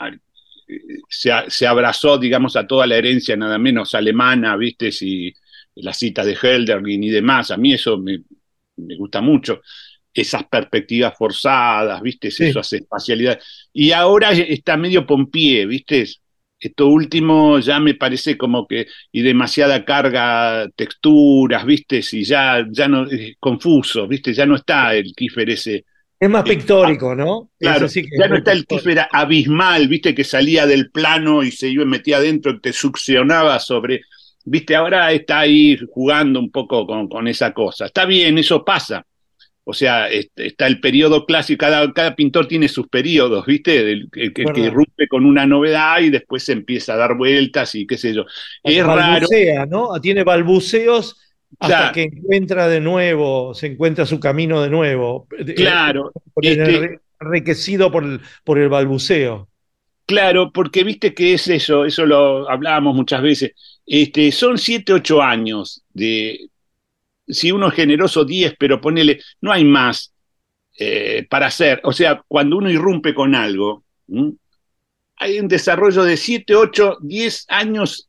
Speaker 4: se, se abrazó, digamos, a toda la herencia nada menos alemana, viste, si... las citas de Hölderlin y demás, a mí eso me, me gusta mucho, esas perspectivas forzadas, ¿viste? Sí. Esas espacialidades. Y ahora está medio pompié, ¿viste? Esto último ya me parece como que, y demasiada carga, texturas, ¿viste? Y ya, ya no, es confuso, ¿viste? Ya no está el Kiefer ese...
Speaker 3: Es más pictórico, ¿no?
Speaker 4: Claro, sí que ya no está el Kiefer abismal, ¿viste? Que salía del plano y se iba, metía adentro y te succionaba sobre... Viste, ahora está ahí jugando un poco con, con esa cosa. Está bien, eso pasa. O sea, está el periodo clásico, cada, cada pintor tiene sus periodos, ¿viste? El, el, el que irrumpe con una novedad y después se empieza a dar vueltas y qué sé yo. Es
Speaker 3: balbucea,
Speaker 4: raro.
Speaker 3: ¿no? Tiene balbuceos hasta claro. que encuentra de nuevo, se encuentra su camino de nuevo.
Speaker 4: Claro.
Speaker 3: Este, enriquecido por el, por el balbuceo.
Speaker 4: Claro, porque viste que es eso, eso lo hablábamos muchas veces. Este, son siete, ocho años de, si uno es generoso, diez, pero ponele, no hay más eh, para hacer. O sea, cuando uno irrumpe con algo, ¿m? Hay un desarrollo de siete, ocho, diez años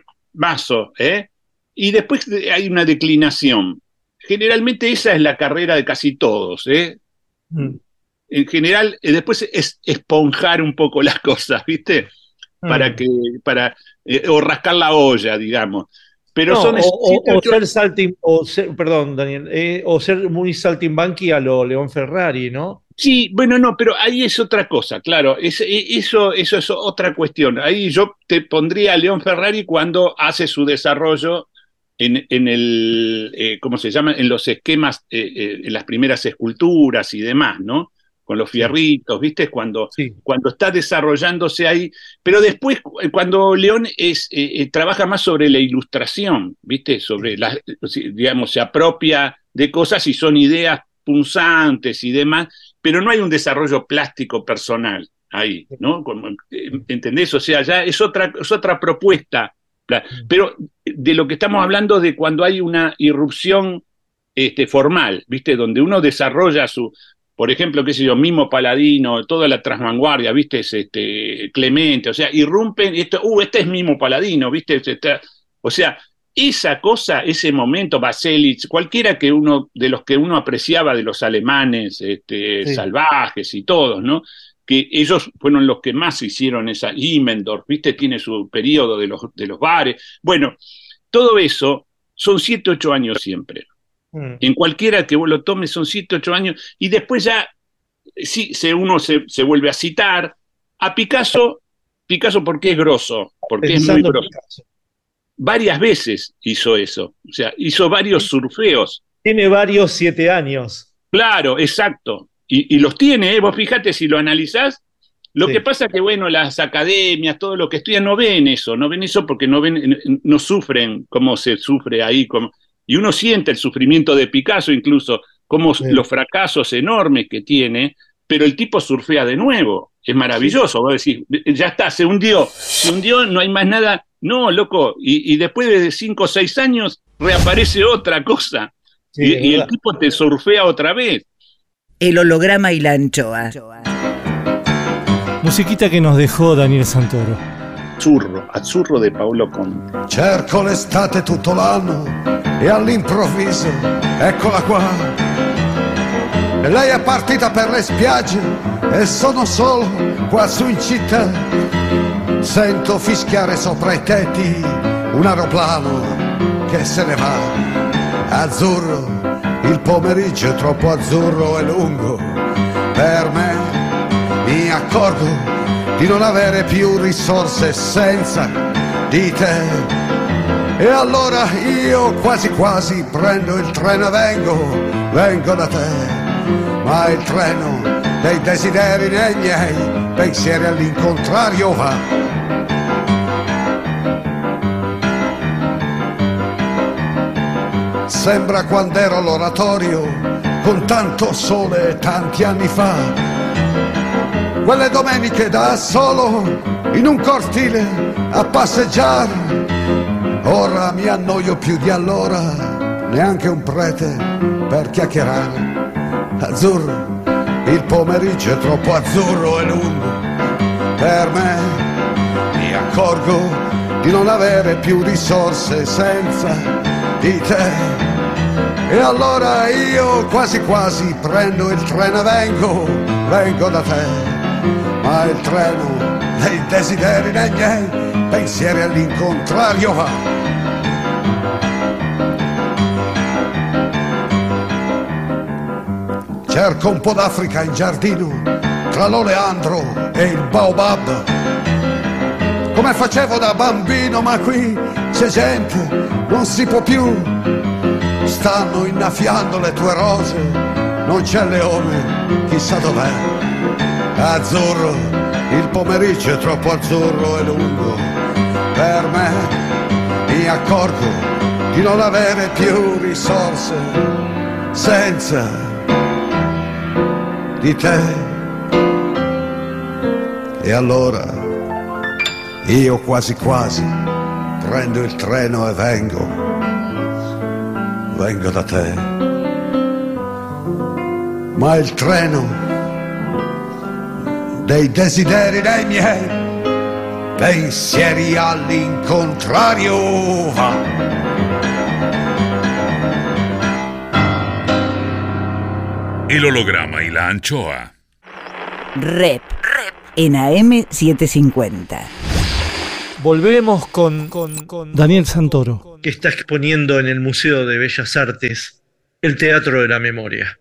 Speaker 4: mazo, ¿eh? Y después hay una declinación. Generalmente esa es la carrera de casi todos, ¿eh? Mm. En general, después es esponjar un poco las cosas, ¿viste? Mm. Para que, para, eh, o rascar la olla, digamos. Pero
Speaker 3: no,
Speaker 4: son
Speaker 3: o, siete, o, ocho... o ser salting, o ser, perdón, Daniel, eh, o ser muy saltimbanqui a lo León Ferrari, ¿no?
Speaker 4: Sí, bueno, no, pero ahí es otra cosa, claro, es, eso, eso es otra cuestión. Ahí yo te pondría a León Ferrari cuando hace su desarrollo en, en el, eh, ¿cómo se llama? En los esquemas, eh, eh, en las primeras esculturas y demás, ¿no? Con los fierritos, ¿viste? Cuando, sí. cuando está desarrollándose ahí. Pero después, cuando León es, eh, trabaja más sobre la ilustración, ¿viste? Sobre las, digamos, se apropia de cosas y son ideas punzantes y demás, pero no hay un desarrollo plástico personal ahí, ¿no? ¿Entendés? O sea, ya es otra, es otra propuesta. Pero de lo que estamos hablando de cuando hay una irrupción este, formal, ¿viste? Donde uno desarrolla su, por ejemplo, qué sé yo, Mimo Paladino, toda la transvanguardia, ¿viste? Es, este, Clemente, o sea, irrumpen, y esto, uh, este es Mimo Paladino, ¿viste? Este, o sea, esa cosa, ese momento, Baselitz, cualquiera que uno, de los que uno apreciaba de los alemanes, este, sí. salvajes y todos, ¿no? Que ellos fueron los que más hicieron esa, Immendorf, ¿viste? Tiene su periodo de los, de los bares. Bueno, todo eso son siete, ocho años siempre. Mm. En cualquiera que vos lo tomes son siete, ocho años, y después ya, sí, se, uno se, se vuelve a citar. A Picasso, Picasso porque es grosso, porque Pensando es muy grosso. Picasso. Varias veces hizo eso, o sea, hizo varios surfeos.
Speaker 3: Tiene varios siete años.
Speaker 4: Claro, exacto. Y, y los tiene, ¿eh? Vos fíjate si lo analizás. Lo sí. que pasa que, bueno, las academias, todo lo que estudian, no ven eso, no ven eso porque no ven, no sufren como se sufre ahí. Como, y uno siente el sufrimiento de Picasso, incluso, como sí. los fracasos enormes que tiene, pero el tipo surfea de nuevo. Es maravilloso. Sí. Vos decís, ya está, se hundió. Se hundió, no hay más nada. No, loco, y, y después de cinco o seis años reaparece otra cosa, sí, y, y el tipo te surfea otra vez.
Speaker 1: El holograma y la anchoa.
Speaker 5: Musiquita que nos dejó Daniel Santoro.
Speaker 4: Azzurro, Azzurro de Paolo Conte.
Speaker 8: Cerco l'estate tutto l'anno e all'improvviso eccola qua. E lei è partita per le spiagge e sono solo qua su in città. Sento fischiare sopra i tetti un aeroplano che se ne va. Azzurro, il pomeriggio è troppo azzurro e lungo per me. Mi accorgo di non avere più risorse senza di te. E allora io quasi quasi prendo il treno e vengo, vengo da te. Ma il treno dei desideri nei miei pensieri all'incontrario va. Sembra quando ero all'oratorio con tanto sole tanti anni fa. Quelle domeniche da solo in un cortile a passeggiare. Ora mi annoio più di allora, neanche un prete per chiacchierare. Azzurro, il pomeriggio è troppo azzurro e lungo per me. Mi accorgo di non avere più risorse senza di te. E allora io quasi quasi prendo il treno e vengo, vengo da te. Ma il treno dei desideri nei miei pensieri all'incontrario va. Cerco un po' d'Africa in giardino, tra l'oleandro e il baobab. Come facevo da bambino, ma qui c'è gente, non si può più. Stanno innaffiando le tue rose, non c'è il leone, chissà dov'è. Azzurro, il pomeriggio è troppo azzurro e lungo per me. Mi accorgo di non avere più risorse senza di te. E allora io quasi quasi prendo il treno e vengo, vengo da te. Ma il treno dei desideri dei miei pensieri all'incontrario va.
Speaker 7: El holograma y la anchoa.
Speaker 1: Rep. Rep. En A M setecientos cincuenta.
Speaker 5: Volvemos con, con, con Daniel Santoro,
Speaker 3: que está exponiendo en el Museo de Bellas Artes el Teatro de la Memoria.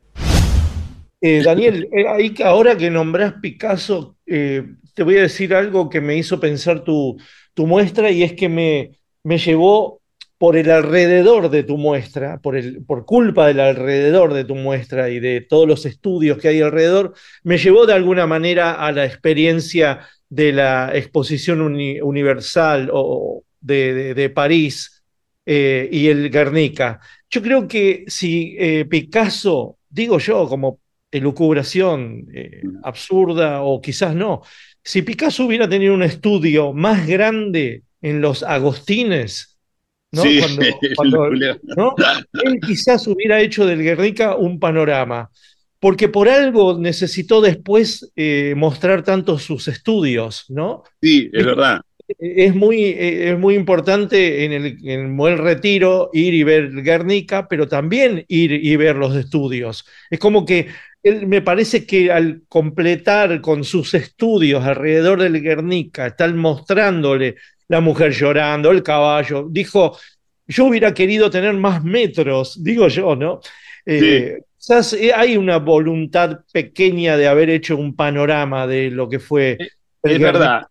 Speaker 3: Eh, Daniel, eh, ahí, ahora que nombrás Picasso, eh, te voy a decir algo que me hizo pensar tu, tu muestra, y es que me, me llevó por el alrededor de tu muestra, por, el, por culpa del alrededor de tu muestra y de todos los estudios que hay alrededor, me llevó de alguna manera a la experiencia de la exposición uni, universal o de, de, de París eh, y el Guernica. Yo creo que si eh, Picasso, digo yo como elucubración eh, absurda o quizás no, si Picasso hubiera tenido un estudio más grande en los Agostines, ¿no?
Speaker 4: Sí,
Speaker 3: Cuando, cuando, ¿no? Él quizás hubiera hecho del Guernica un panorama, porque por algo necesitó después eh, mostrar tanto sus estudios, ¿no?
Speaker 4: Sí, es verdad.
Speaker 3: Es muy, es muy importante en el, en el Buen Retiro ir y ver Guernica, pero también ir y ver los estudios. Es como que él, me parece que al completar con sus estudios alrededor del Guernica, están mostrándole la mujer llorando, el caballo, dijo, yo hubiera querido tener más metros, digo yo, ¿no? Eh, sí. Quizás hay una voluntad pequeña de haber hecho un panorama de lo que fue.
Speaker 4: Es, es verdad.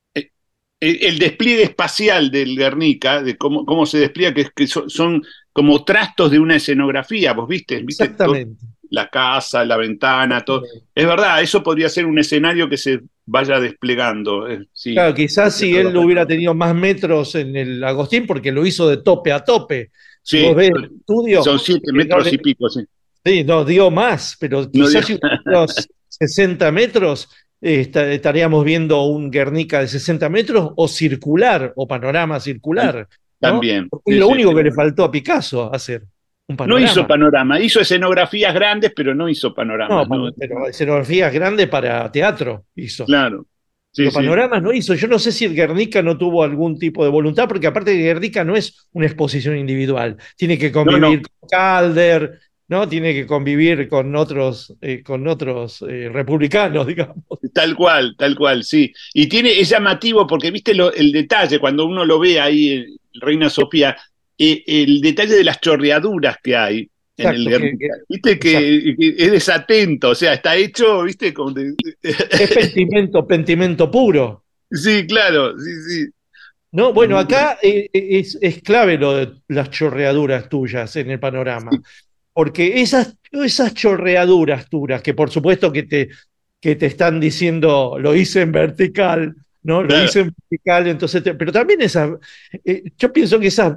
Speaker 4: El, el despliegue espacial del Guernica, de cómo, cómo se despliega, que, que son, son como trastos de una escenografía, ¿vos viste? ¿Viste?
Speaker 3: Exactamente.
Speaker 4: Todo, la casa, la ventana, todo. Sí. Es verdad, eso podría ser un escenario que se vaya desplegando. Sí.
Speaker 3: Claro, quizás si él hubiera tenido más metros en el Agostín, porque lo hizo de tope a tope.
Speaker 4: Sí,
Speaker 3: si vos ves el estudio,
Speaker 4: son siete metros no le, y pico, sí.
Speaker 3: Sí, no, dio más, pero quizás si hubiera sesenta metros, eh, estaríamos viendo un Guernica de sesenta metros o circular, o panorama circular.
Speaker 4: También.
Speaker 3: ¿no? Porque sí, es lo sí, único sí. que le faltó a Picasso hacer.
Speaker 4: No hizo panorama, hizo escenografías grandes, pero no hizo panoramas.
Speaker 3: No, ¿no? Pero escenografías grandes para teatro hizo.
Speaker 4: Claro.
Speaker 3: Sí, Los panoramas sí. no hizo. Yo no sé si el Guernica no tuvo algún tipo de voluntad, porque aparte de Guernica no es una exposición individual. Tiene que convivir no, no. con Calder, ¿no? Tiene que convivir con otros, eh, con otros eh, republicanos, digamos.
Speaker 4: Tal cual, tal cual, sí. Y tiene, es llamativo porque viste lo, el detalle, cuando uno lo ve ahí en Reina Sofía, Eh, el detalle de las chorreaduras que hay
Speaker 3: exacto,
Speaker 4: en el Guernica, que, que, viste que, que es desatento, o sea, está hecho, viste, como de...
Speaker 3: es pentimento, pentimento puro.
Speaker 4: Sí, claro, sí, sí.
Speaker 3: No, bueno, acá es, es clave lo de las chorreaduras tuyas en el panorama, sí. porque esas, esas chorreaduras tuyas, que por supuesto que te, que te están diciendo, lo hice en vertical, ¿no? Lo claro. hice en vertical, entonces, te, pero también esas, eh, yo pienso que esas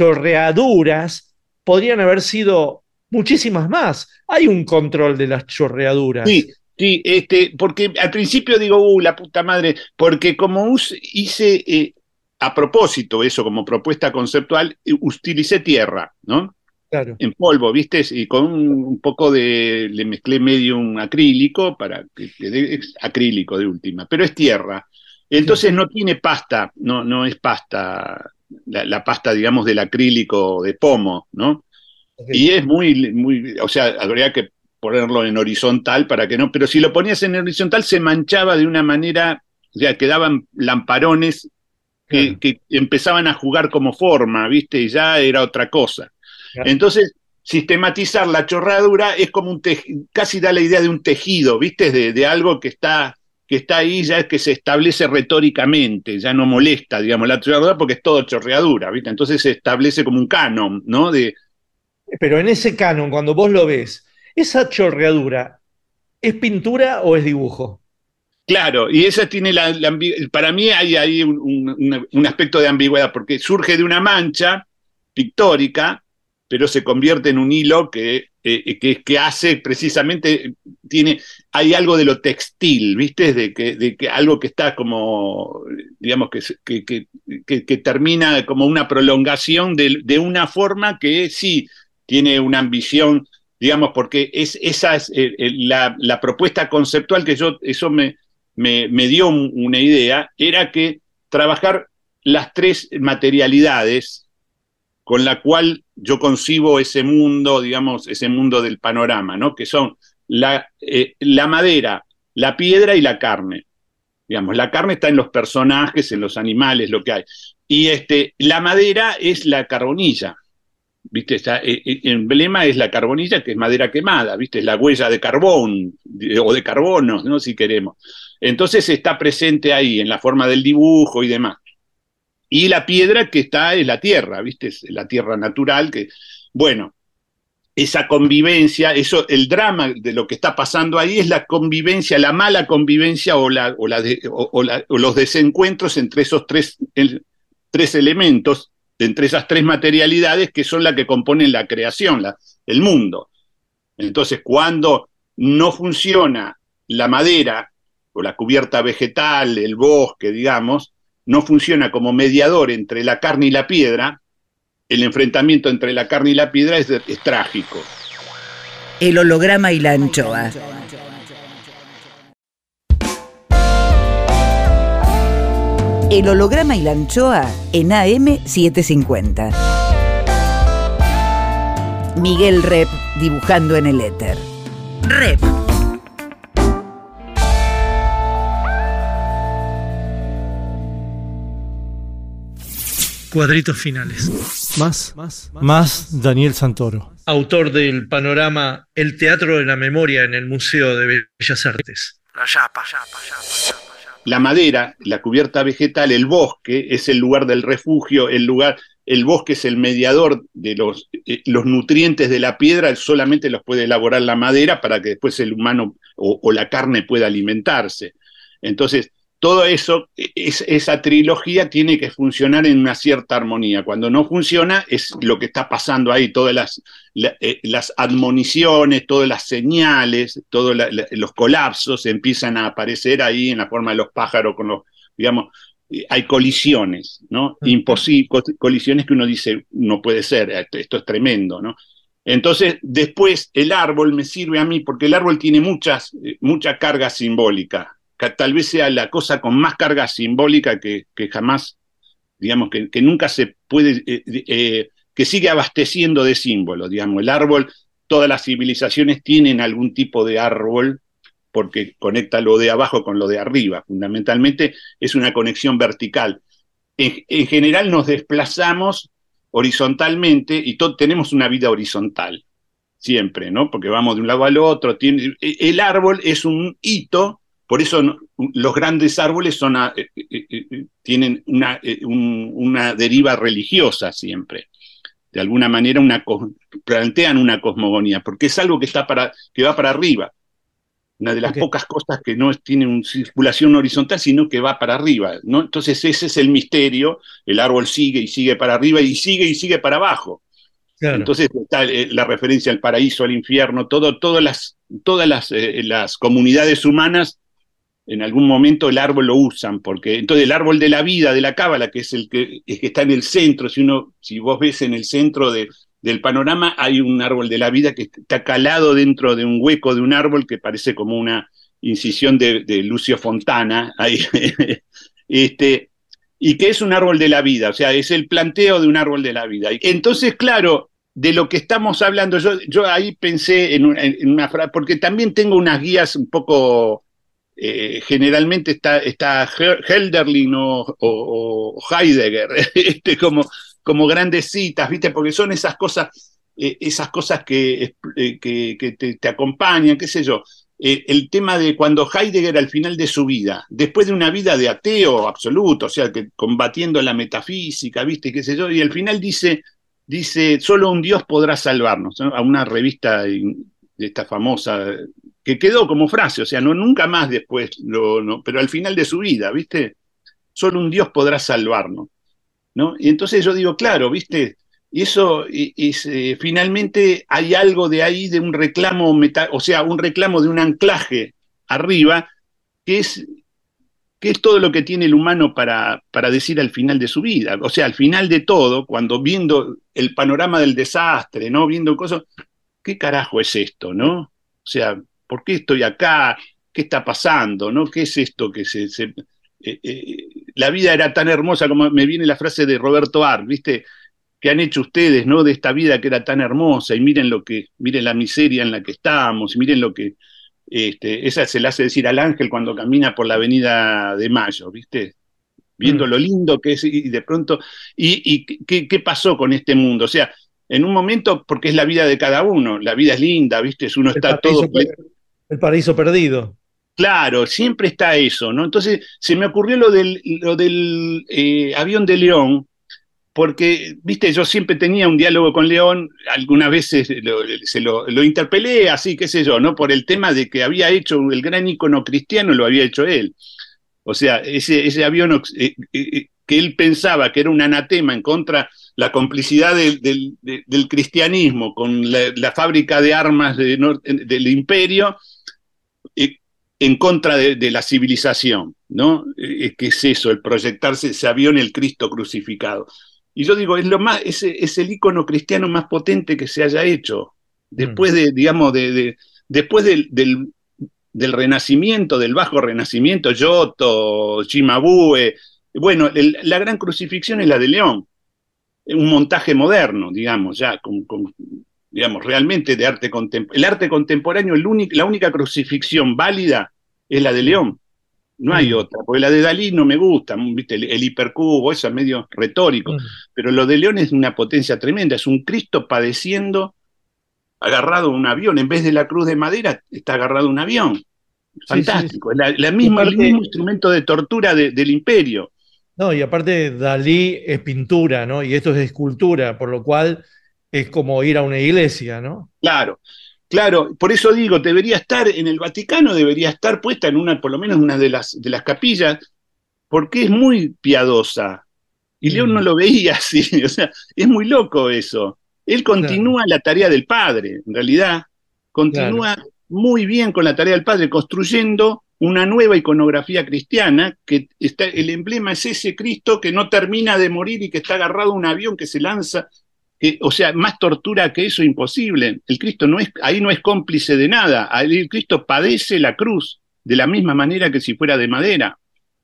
Speaker 3: chorreaduras podrían haber sido muchísimas más. Hay un control de las chorreaduras.
Speaker 4: Sí, sí, este, porque al principio digo, uh, la puta madre, porque como hice eh, a propósito eso como propuesta conceptual, utilicé tierra, ¿no?
Speaker 3: Claro.
Speaker 4: En polvo, ¿viste? Y con un, un poco de, le mezclé medio un acrílico, para que quede acrílico de última, pero es tierra. Entonces sí. no tiene pasta, no, no es pasta. La, la pasta, digamos, del acrílico de pomo, ¿no? Okay. Y es muy, muy, o sea, habría que ponerlo en horizontal para que no, pero si lo ponías en horizontal se manchaba de una manera, o sea, quedaban lamparones que, claro. que empezaban a jugar como forma, ¿viste? Y ya era otra cosa. Claro. Entonces, sistematizar la chorradura es como un tejido, casi da la idea de un tejido, ¿viste? De, de algo que está... que está ahí ya es que se establece retóricamente, ya no molesta, digamos, la chorreadura porque es todo chorreadura, ¿viste? Entonces se establece como un canon, ¿no? De...
Speaker 3: Pero en ese canon, cuando vos lo ves, ¿esa chorreadura es pintura o es dibujo?
Speaker 4: Claro, y esa tiene la, la para mí hay ahí un, un, un aspecto de ambigüedad, porque surge de una mancha pictórica, pero se convierte en un hilo que, eh, que, que hace precisamente, tiene, hay algo de lo textil, ¿viste? De que, de que algo que está como, digamos, que, que, que, que, que termina como una prolongación de, de una forma que sí tiene una ambición, digamos, porque es, esa es eh, la, la propuesta conceptual que yo, eso me, me, me dio un, una idea, era que trabajar las tres materialidades con la cual yo concibo ese mundo, digamos, ese mundo del panorama, ¿no? Que son la, eh, la madera, la piedra y la carne. Digamos, la carne está en los personajes, en los animales, lo que hay. Y este, la madera es la carbonilla, ¿viste? Está, eh, el emblema es la carbonilla, que es madera quemada, ¿viste? Es la huella de carbón, de, o de carbono, ¿no? Si queremos. Entonces está presente ahí, en la forma del dibujo y demás. Y la piedra que está es la tierra, ¿viste? Es la tierra natural que, bueno, esa convivencia, eso, el drama de lo que está pasando ahí es la convivencia, la mala convivencia o, la, o, la de, o, o, la, o los desencuentros entre esos tres, el, tres elementos, entre esas tres materialidades que son las que componen la creación, la, el mundo. Entonces, cuando no funciona la madera o la cubierta vegetal, el bosque, digamos, no funciona como mediador entre la carne y la piedra, el enfrentamiento entre la carne y la piedra es, es trágico.
Speaker 1: El holograma y la anchoa. El holograma y la anchoa en A M setecientos cincuenta. Miguel Rep dibujando en el éter. Rep.
Speaker 5: Cuadritos finales. Más, más, más Daniel Santoro. Autor del panorama El Teatro de la Memoria en el Museo de Bellas Artes.
Speaker 6: La yapa.
Speaker 4: La madera, la cubierta vegetal, el bosque es el lugar del refugio, el lugar, el bosque es el mediador de los, eh, los nutrientes de la piedra, solamente los puede elaborar la madera para que después el humano o, o la carne pueda alimentarse. Entonces, todo eso, es, esa trilogía tiene que funcionar en una cierta armonía. Cuando no funciona, es lo que está pasando ahí, todas las, la, eh, las admoniciones, todas las señales, todos la, la, los colapsos empiezan a aparecer ahí en la forma de los pájaros, con los, digamos, hay colisiones, ¿no? Imposible, colisiones que uno dice, no puede ser, esto, esto es tremendo, ¿no? Entonces, después, el árbol me sirve a mí, porque el árbol tiene muchas, mucha carga simbólica. Tal vez sea la cosa con más carga simbólica que, que jamás, digamos, que, que nunca se puede, eh, eh, que sigue abasteciendo de símbolos, digamos. El árbol, todas las civilizaciones tienen algún tipo de árbol, porque conecta lo de abajo con lo de arriba. Fundamentalmente es una conexión vertical. En, en general nos desplazamos horizontalmente y to- tenemos una vida horizontal, siempre, ¿no? Porque vamos de un lado al otro. Tiene, el árbol es un hito. Por eso no, los grandes árboles son a, eh, eh, eh, tienen una, eh, un, una deriva religiosa siempre. De alguna manera una, plantean una cosmogonía, porque es algo que, está para, que va para arriba. Una de las okay. pocas cosas que no tiene una circulación horizontal, sino que va para arriba, ¿no? Entonces ese es el misterio. El árbol sigue y sigue para arriba y sigue y sigue para abajo. Claro. Entonces está eh, la referencia al paraíso, al infierno, todo, todas las, todas las, eh, las comunidades humanas en algún momento el árbol lo usan, porque entonces el árbol de la vida, de la cábala, que es el que, es que está en el centro, si uno, si vos ves en el centro de, del panorama, hay un árbol de la vida que está calado dentro de un hueco de un árbol que parece como una incisión de, de Lucio Fontana, ahí, este, y que es un árbol de la vida, o sea, es el planteo de un árbol de la vida. Entonces, claro, de lo que estamos hablando, yo, yo ahí pensé en, un, en una frase, porque también tengo unas guías un poco... Eh, generalmente está, está Hölderlin o, o, o Heidegger, este, como, como grandes citas, ¿viste? Porque son esas cosas, eh, esas cosas que, eh, que, que te, te acompañan, qué sé yo. Eh, el tema de cuando Heidegger al final de su vida, después de una vida de ateo absoluto, o sea, que combatiendo la metafísica, ¿viste? Qué sé yo, y al final dice, dice, solo un Dios podrá salvarnos, ¿no? A una revista de esta famosa... que quedó como frase, o sea, no nunca más después, lo, no, pero al final de su vida, ¿viste? Solo un Dios podrá salvarnos, ¿no? Y entonces yo digo, claro, ¿viste? Y eso, y, y, eh, finalmente hay algo de ahí, de un reclamo, meta, o sea, un reclamo de un anclaje arriba, que es, que es todo lo que tiene el humano para, para decir al final de su vida. O sea, al final de todo, cuando viendo el panorama del desastre, ¿no? Viendo cosas, ¿qué carajo es esto, no? O sea, ¿por qué estoy acá? ¿Qué está pasando, no? ¿Qué es esto que se... se eh, eh, la vida era tan hermosa, como me viene la frase de Roberto Art, ¿viste? Que han hecho ustedes, ¿no? De esta vida que era tan hermosa, y miren lo que, miren la miseria en la que estamos, y miren lo que, este, esa se la hace decir al ángel cuando camina por la avenida de Mayo, ¿viste? Viendo mm. lo lindo que es, y de pronto, y, y ¿qué, qué pasó con este mundo? O sea, en un momento, porque es la vida de cada uno, la vida es linda, ¿viste? Uno
Speaker 3: el
Speaker 4: está
Speaker 3: paraíso,
Speaker 4: todo...
Speaker 3: El paraíso perdido.
Speaker 4: Claro, siempre está eso, ¿no? Entonces, se me ocurrió lo del, lo del eh, avión de León, porque, viste, yo siempre tenía un diálogo con León, algunas veces lo, se lo, lo interpelé, así, qué sé yo, ¿no? Por el tema de que había hecho el gran ícono cristiano, lo había hecho él. O sea, ese, ese avión eh, eh, que él pensaba que era un anatema en contra la complicidad del, del, del cristianismo con la, la fábrica de armas de, del imperio, eh, en contra de, de la civilización, ¿no? Eh, ¿Qué es eso? El proyectarse ese avión, el Cristo crucificado. Y yo digo, es lo más, es, es el ícono cristiano más potente que se haya hecho. Después de, digamos, de, de, después del, del, del Renacimiento, del Bajo Renacimiento, Giotto, Cimabue, bueno, el, la gran crucifixión es la de León. Un montaje moderno, digamos, ya, con, con, digamos, realmente de arte contemporáneo. El arte contemporáneo, el único, la única crucifixión válida es la de León. No hay mm. otra, porque la de Dalí no me gusta, ¿viste? El, el hipercubo, eso es medio retórico, mm. pero lo de León es una potencia tremenda, es un Cristo padeciendo, agarrado a un avión, en vez de la cruz de madera, está agarrado a un avión. Fantástico, sí, sí, sí. La, la misma, aparte, el mismo instrumento de tortura de, del imperio.
Speaker 3: No, y aparte Dalí es pintura, ¿no? Y esto es escultura, por lo cual es como ir a una iglesia, ¿no?
Speaker 4: Claro. Claro, por eso digo, debería estar en el Vaticano, debería estar puesta en una, por lo menos una de las, de las capillas, porque es muy piadosa. Y León mm. no lo veía así, o sea, es muy loco eso. Él continúa claro. la tarea del padre, en realidad, continúa claro. muy bien con la tarea del padre, construyendo una nueva iconografía cristiana, que está, el emblema es ese Cristo que no termina de morir y que está agarrado a un avión que se lanza. Eh, o sea, más tortura que eso, imposible. El Cristo no es, ahí no es cómplice de nada. El Cristo padece la cruz de la misma manera que si fuera de madera.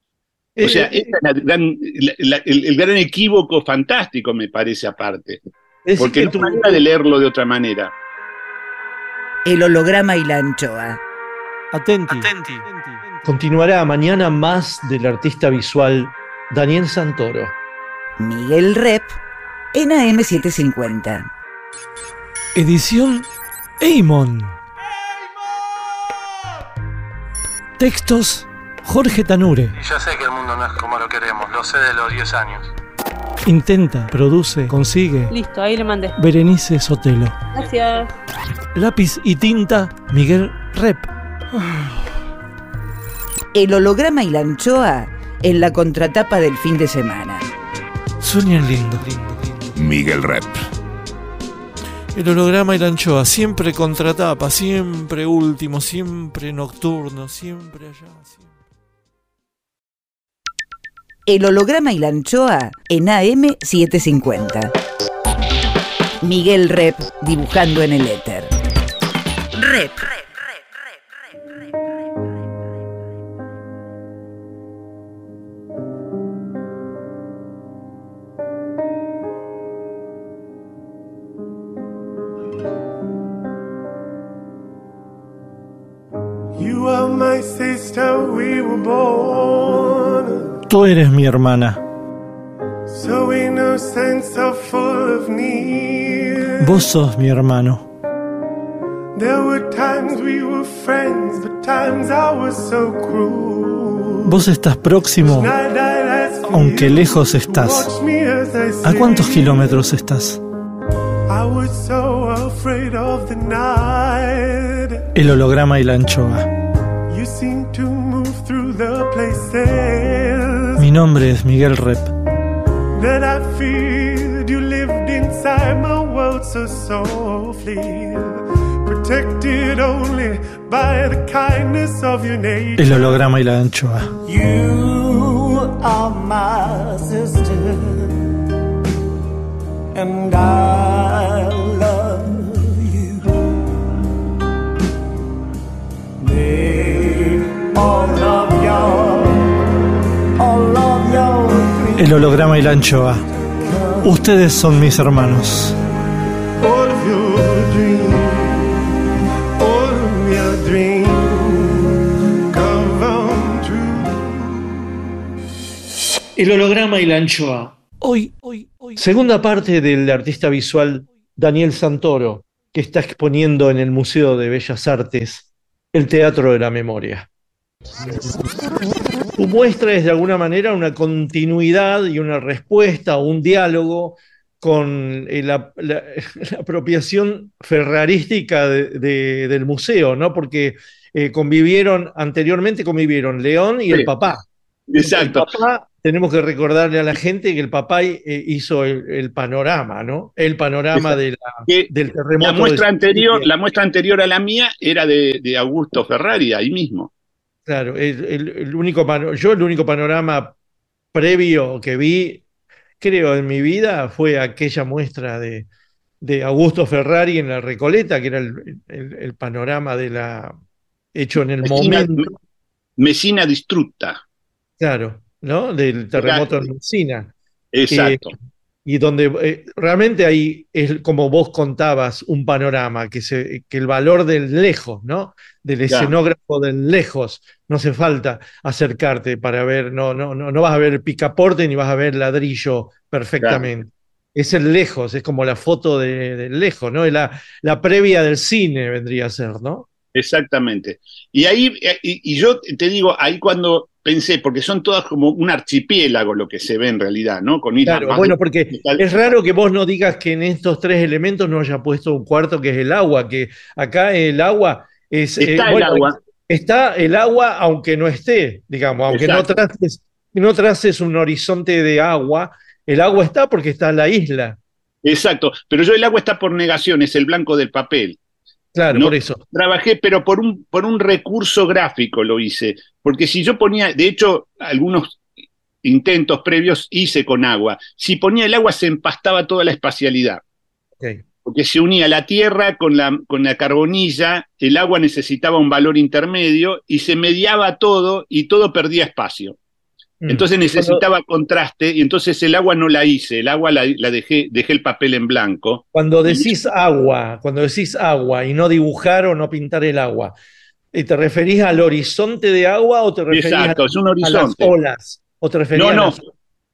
Speaker 4: O eh, sea, eh, es la gran, la, la, el, el gran equívoco fantástico, me parece, aparte. Porque no hay manera de leerlo de otra manera.
Speaker 1: El holograma y la anchoa.
Speaker 3: Atenti. Atenti. Continuará mañana más del artista visual Daniel Santoro.
Speaker 1: Miguel Rep. En A M setecientos cincuenta.
Speaker 5: Edición Eimon. Textos Jorge Tanure.
Speaker 9: Y ya sé que el mundo no es como lo queremos, lo sé de los diez años.
Speaker 5: Intenta, produce, consigue.
Speaker 10: Listo, ahí le mandé.
Speaker 5: Berenice Sotelo.
Speaker 10: Gracias.
Speaker 5: Lápiz y tinta Miguel Rep.
Speaker 1: El holograma y la anchoa en la contratapa del fin de semana.
Speaker 5: Sueñan lindo, lindo.
Speaker 7: Miguel Rep.
Speaker 5: El holograma y la anchoa, siempre contratapa, siempre último, siempre nocturno, siempre allá. Siempre.
Speaker 1: El holograma y la anchoa en A M setecientos cincuenta. Miguel Rep dibujando en el éter. Rep.
Speaker 5: Tú eres mi hermana. Vos sos mi hermano. Vos estás próximo, aunque lejos estás. ¿A cuántos kilómetros estás? El holograma y la anchoa. Mi nombre es Miguel Rep.
Speaker 2: inside my world so softly, protected only by the kindness of your nature.
Speaker 5: El holograma y la anchoa.
Speaker 6: You are my sister, and I love you. May all of your, all of your.
Speaker 5: El holograma y la anchoa. Ustedes son mis hermanos.
Speaker 2: All of your dreams, all of your dreams come on true.
Speaker 3: El holograma y la anchoa.
Speaker 5: Hoy, hoy, hoy.
Speaker 3: Segunda parte del artista visual Daniel Santoro, que está exponiendo en el Museo de Bellas Artes el Teatro de la Memoria. Su muestra es de alguna manera una continuidad y una respuesta o un diálogo con la, la, la apropiación ferrarística de, de, del museo, ¿no? Porque eh, convivieron, anteriormente convivieron León y sí, el papá.
Speaker 4: Exacto.
Speaker 3: El papá, tenemos que recordarle a la gente que el papá eh, hizo el, el panorama, ¿no? El panorama de la, del terremoto.
Speaker 4: La muestra,
Speaker 3: de
Speaker 4: anterior, la muestra anterior a la mía era de, de Augusto Ferrari, ahí mismo.
Speaker 3: Claro, el, el, el único yo el único panorama previo que vi, creo, en mi vida fue aquella muestra de, de Augusto Ferrari en la Recoleta, que era el, el, el panorama de la hecho en el
Speaker 4: Messina,
Speaker 3: momento.
Speaker 4: Messina distrutta.
Speaker 3: Claro, ¿no? Del terremoto en Messina.
Speaker 4: Exacto.
Speaker 3: Eh, y donde eh, realmente ahí es como vos contabas un panorama, que, se, que el valor del lejos, ¿no? Del escenógrafo del lejos, no hace falta acercarte para ver, no, no, no, no vas a ver picaporte ni vas a ver ladrillo perfectamente. Claro. Es el lejos, es como la foto del de lejos, ¿no? Es la, la previa del cine vendría a ser, ¿no?
Speaker 4: Exactamente. Y ahí, y, y yo te digo, ahí cuando pensé, porque son todas como un archipiélago lo que se ve en realidad, ¿no? Con islas
Speaker 3: claro,
Speaker 4: más
Speaker 3: bueno,
Speaker 4: de,
Speaker 3: porque
Speaker 4: de tal...
Speaker 3: es raro que vos no digas que en estos tres elementos no haya puesto un cuarto que es el agua, que acá el agua es...
Speaker 4: Está
Speaker 3: eh,
Speaker 4: el
Speaker 3: bueno,
Speaker 4: agua.
Speaker 3: Está el agua aunque no esté, digamos, aunque Exacto. no traces, no traces un horizonte de agua, el agua está porque está la isla.
Speaker 4: Exacto, pero yo el agua está por negación, es el blanco del papel.
Speaker 3: Claro,
Speaker 4: no,
Speaker 3: por eso.
Speaker 4: Trabajé, pero por un, por un recurso gráfico lo hice, porque si yo ponía, de hecho, algunos intentos previos hice con agua, si ponía el agua se empastaba toda la espacialidad.
Speaker 3: Okay.
Speaker 4: Porque se unía la tierra con la, con la carbonilla, el agua necesitaba un valor intermedio y se mediaba todo y todo perdía espacio. Mm. Entonces necesitaba cuando, contraste y entonces el agua no la hice, el agua la, la dejé, dejé el papel en blanco.
Speaker 3: Cuando decís y, agua, cuando decís agua y no dibujar o no pintar el agua, ¿te referís al horizonte de agua o te referís
Speaker 4: exacto,
Speaker 3: a,
Speaker 4: es un horizonte.
Speaker 3: a las olas? ¿O te referís
Speaker 4: no,
Speaker 3: a
Speaker 4: no.
Speaker 3: las...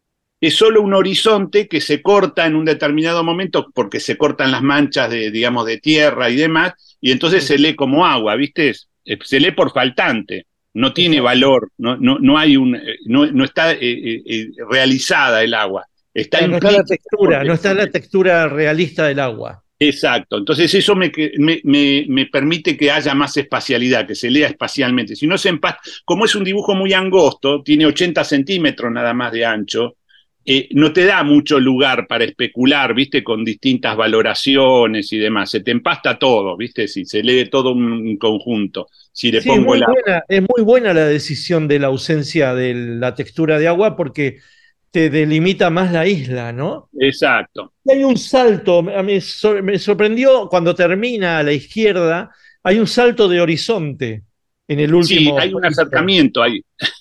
Speaker 4: Es solo un horizonte que se corta en un determinado momento porque se cortan las manchas de, digamos, de tierra y demás, y entonces sí. se lee como agua, ¿viste? Se lee por faltante, no tiene Exacto. valor, no, no, no hay un, no, no está eh, eh, realizada el agua. Está
Speaker 3: no, no está la textura, porque, no está la textura realista del agua.
Speaker 4: Exacto, entonces eso me, me, me, me permite que haya más espacialidad, que se lea espacialmente. Si no se empasta, como es un dibujo muy angosto, tiene ochenta centímetros nada más de ancho, Eh, no te da mucho lugar para especular, ¿viste? Con distintas valoraciones y demás. Se te empasta todo, ¿viste? Si se lee todo un conjunto. Si le
Speaker 3: sí,
Speaker 4: pongo
Speaker 3: es, muy
Speaker 4: el
Speaker 3: buena, es muy buena la decisión de la ausencia de la textura de agua porque te delimita más la isla, ¿no?
Speaker 4: Exacto.
Speaker 3: Y hay un salto, a mí me sorprendió cuando termina a la izquierda, hay un salto de horizonte en el último.
Speaker 4: Sí, hay un acercamiento ahí.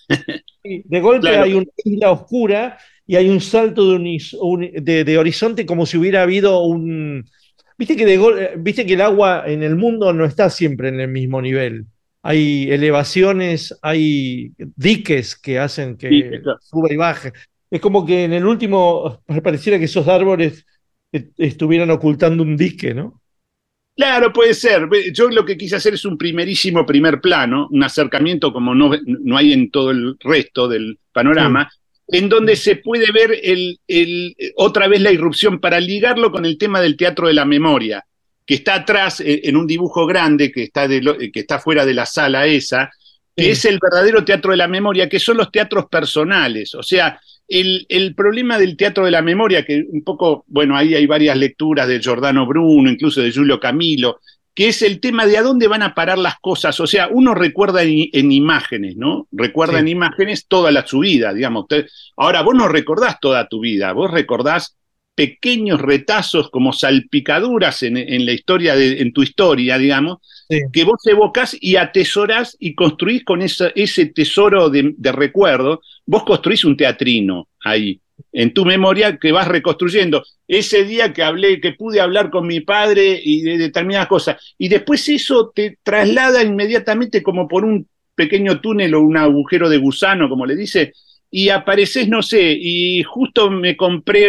Speaker 3: De golpe claro. Hay una isla oscura y hay un salto de, un, de, de horizonte como si hubiera habido un... Viste que, de, viste que el agua en el mundo no está siempre en el mismo nivel. Hay elevaciones, hay diques que hacen que sí, claro. suba y baje. Es como que en el último pareciera que esos árboles estuvieran ocultando un dique, ¿no?
Speaker 4: Claro, puede ser. Yo lo que quise hacer es un primerísimo primer plano, un acercamiento como no, no hay en todo el resto del panorama, sí. En donde se puede ver el, el, otra vez la irrupción para ligarlo con el tema del teatro de la memoria, que está atrás eh, en un dibujo grande que está, de lo, que está fuera de la sala esa, que sí. Es el verdadero teatro de la memoria, que son los teatros personales. O sea, el, el problema del teatro de la memoria, que un poco, bueno, ahí hay varias lecturas de Giordano Bruno, incluso de Giulio Camilo, que es el tema de a dónde van a parar las cosas. O sea, uno recuerda en, en imágenes, ¿no? Recuerda sí. en imágenes toda la, su vida, digamos. Ahora, vos no recordás toda tu vida, vos recordás pequeños retazos como salpicaduras en, en la historia, de, en tu historia, digamos, sí. que vos evocás y atesorás y construís con esa, ese tesoro de, de recuerdo. Vos construís un teatrino ahí, en tu memoria, que vas reconstruyendo. Ese día que hablé, que pude hablar con mi padre y de determinadas cosas. Y después eso te traslada inmediatamente como por un pequeño túnel o un agujero de gusano, como le dice, y apareces, no sé, y justo me compré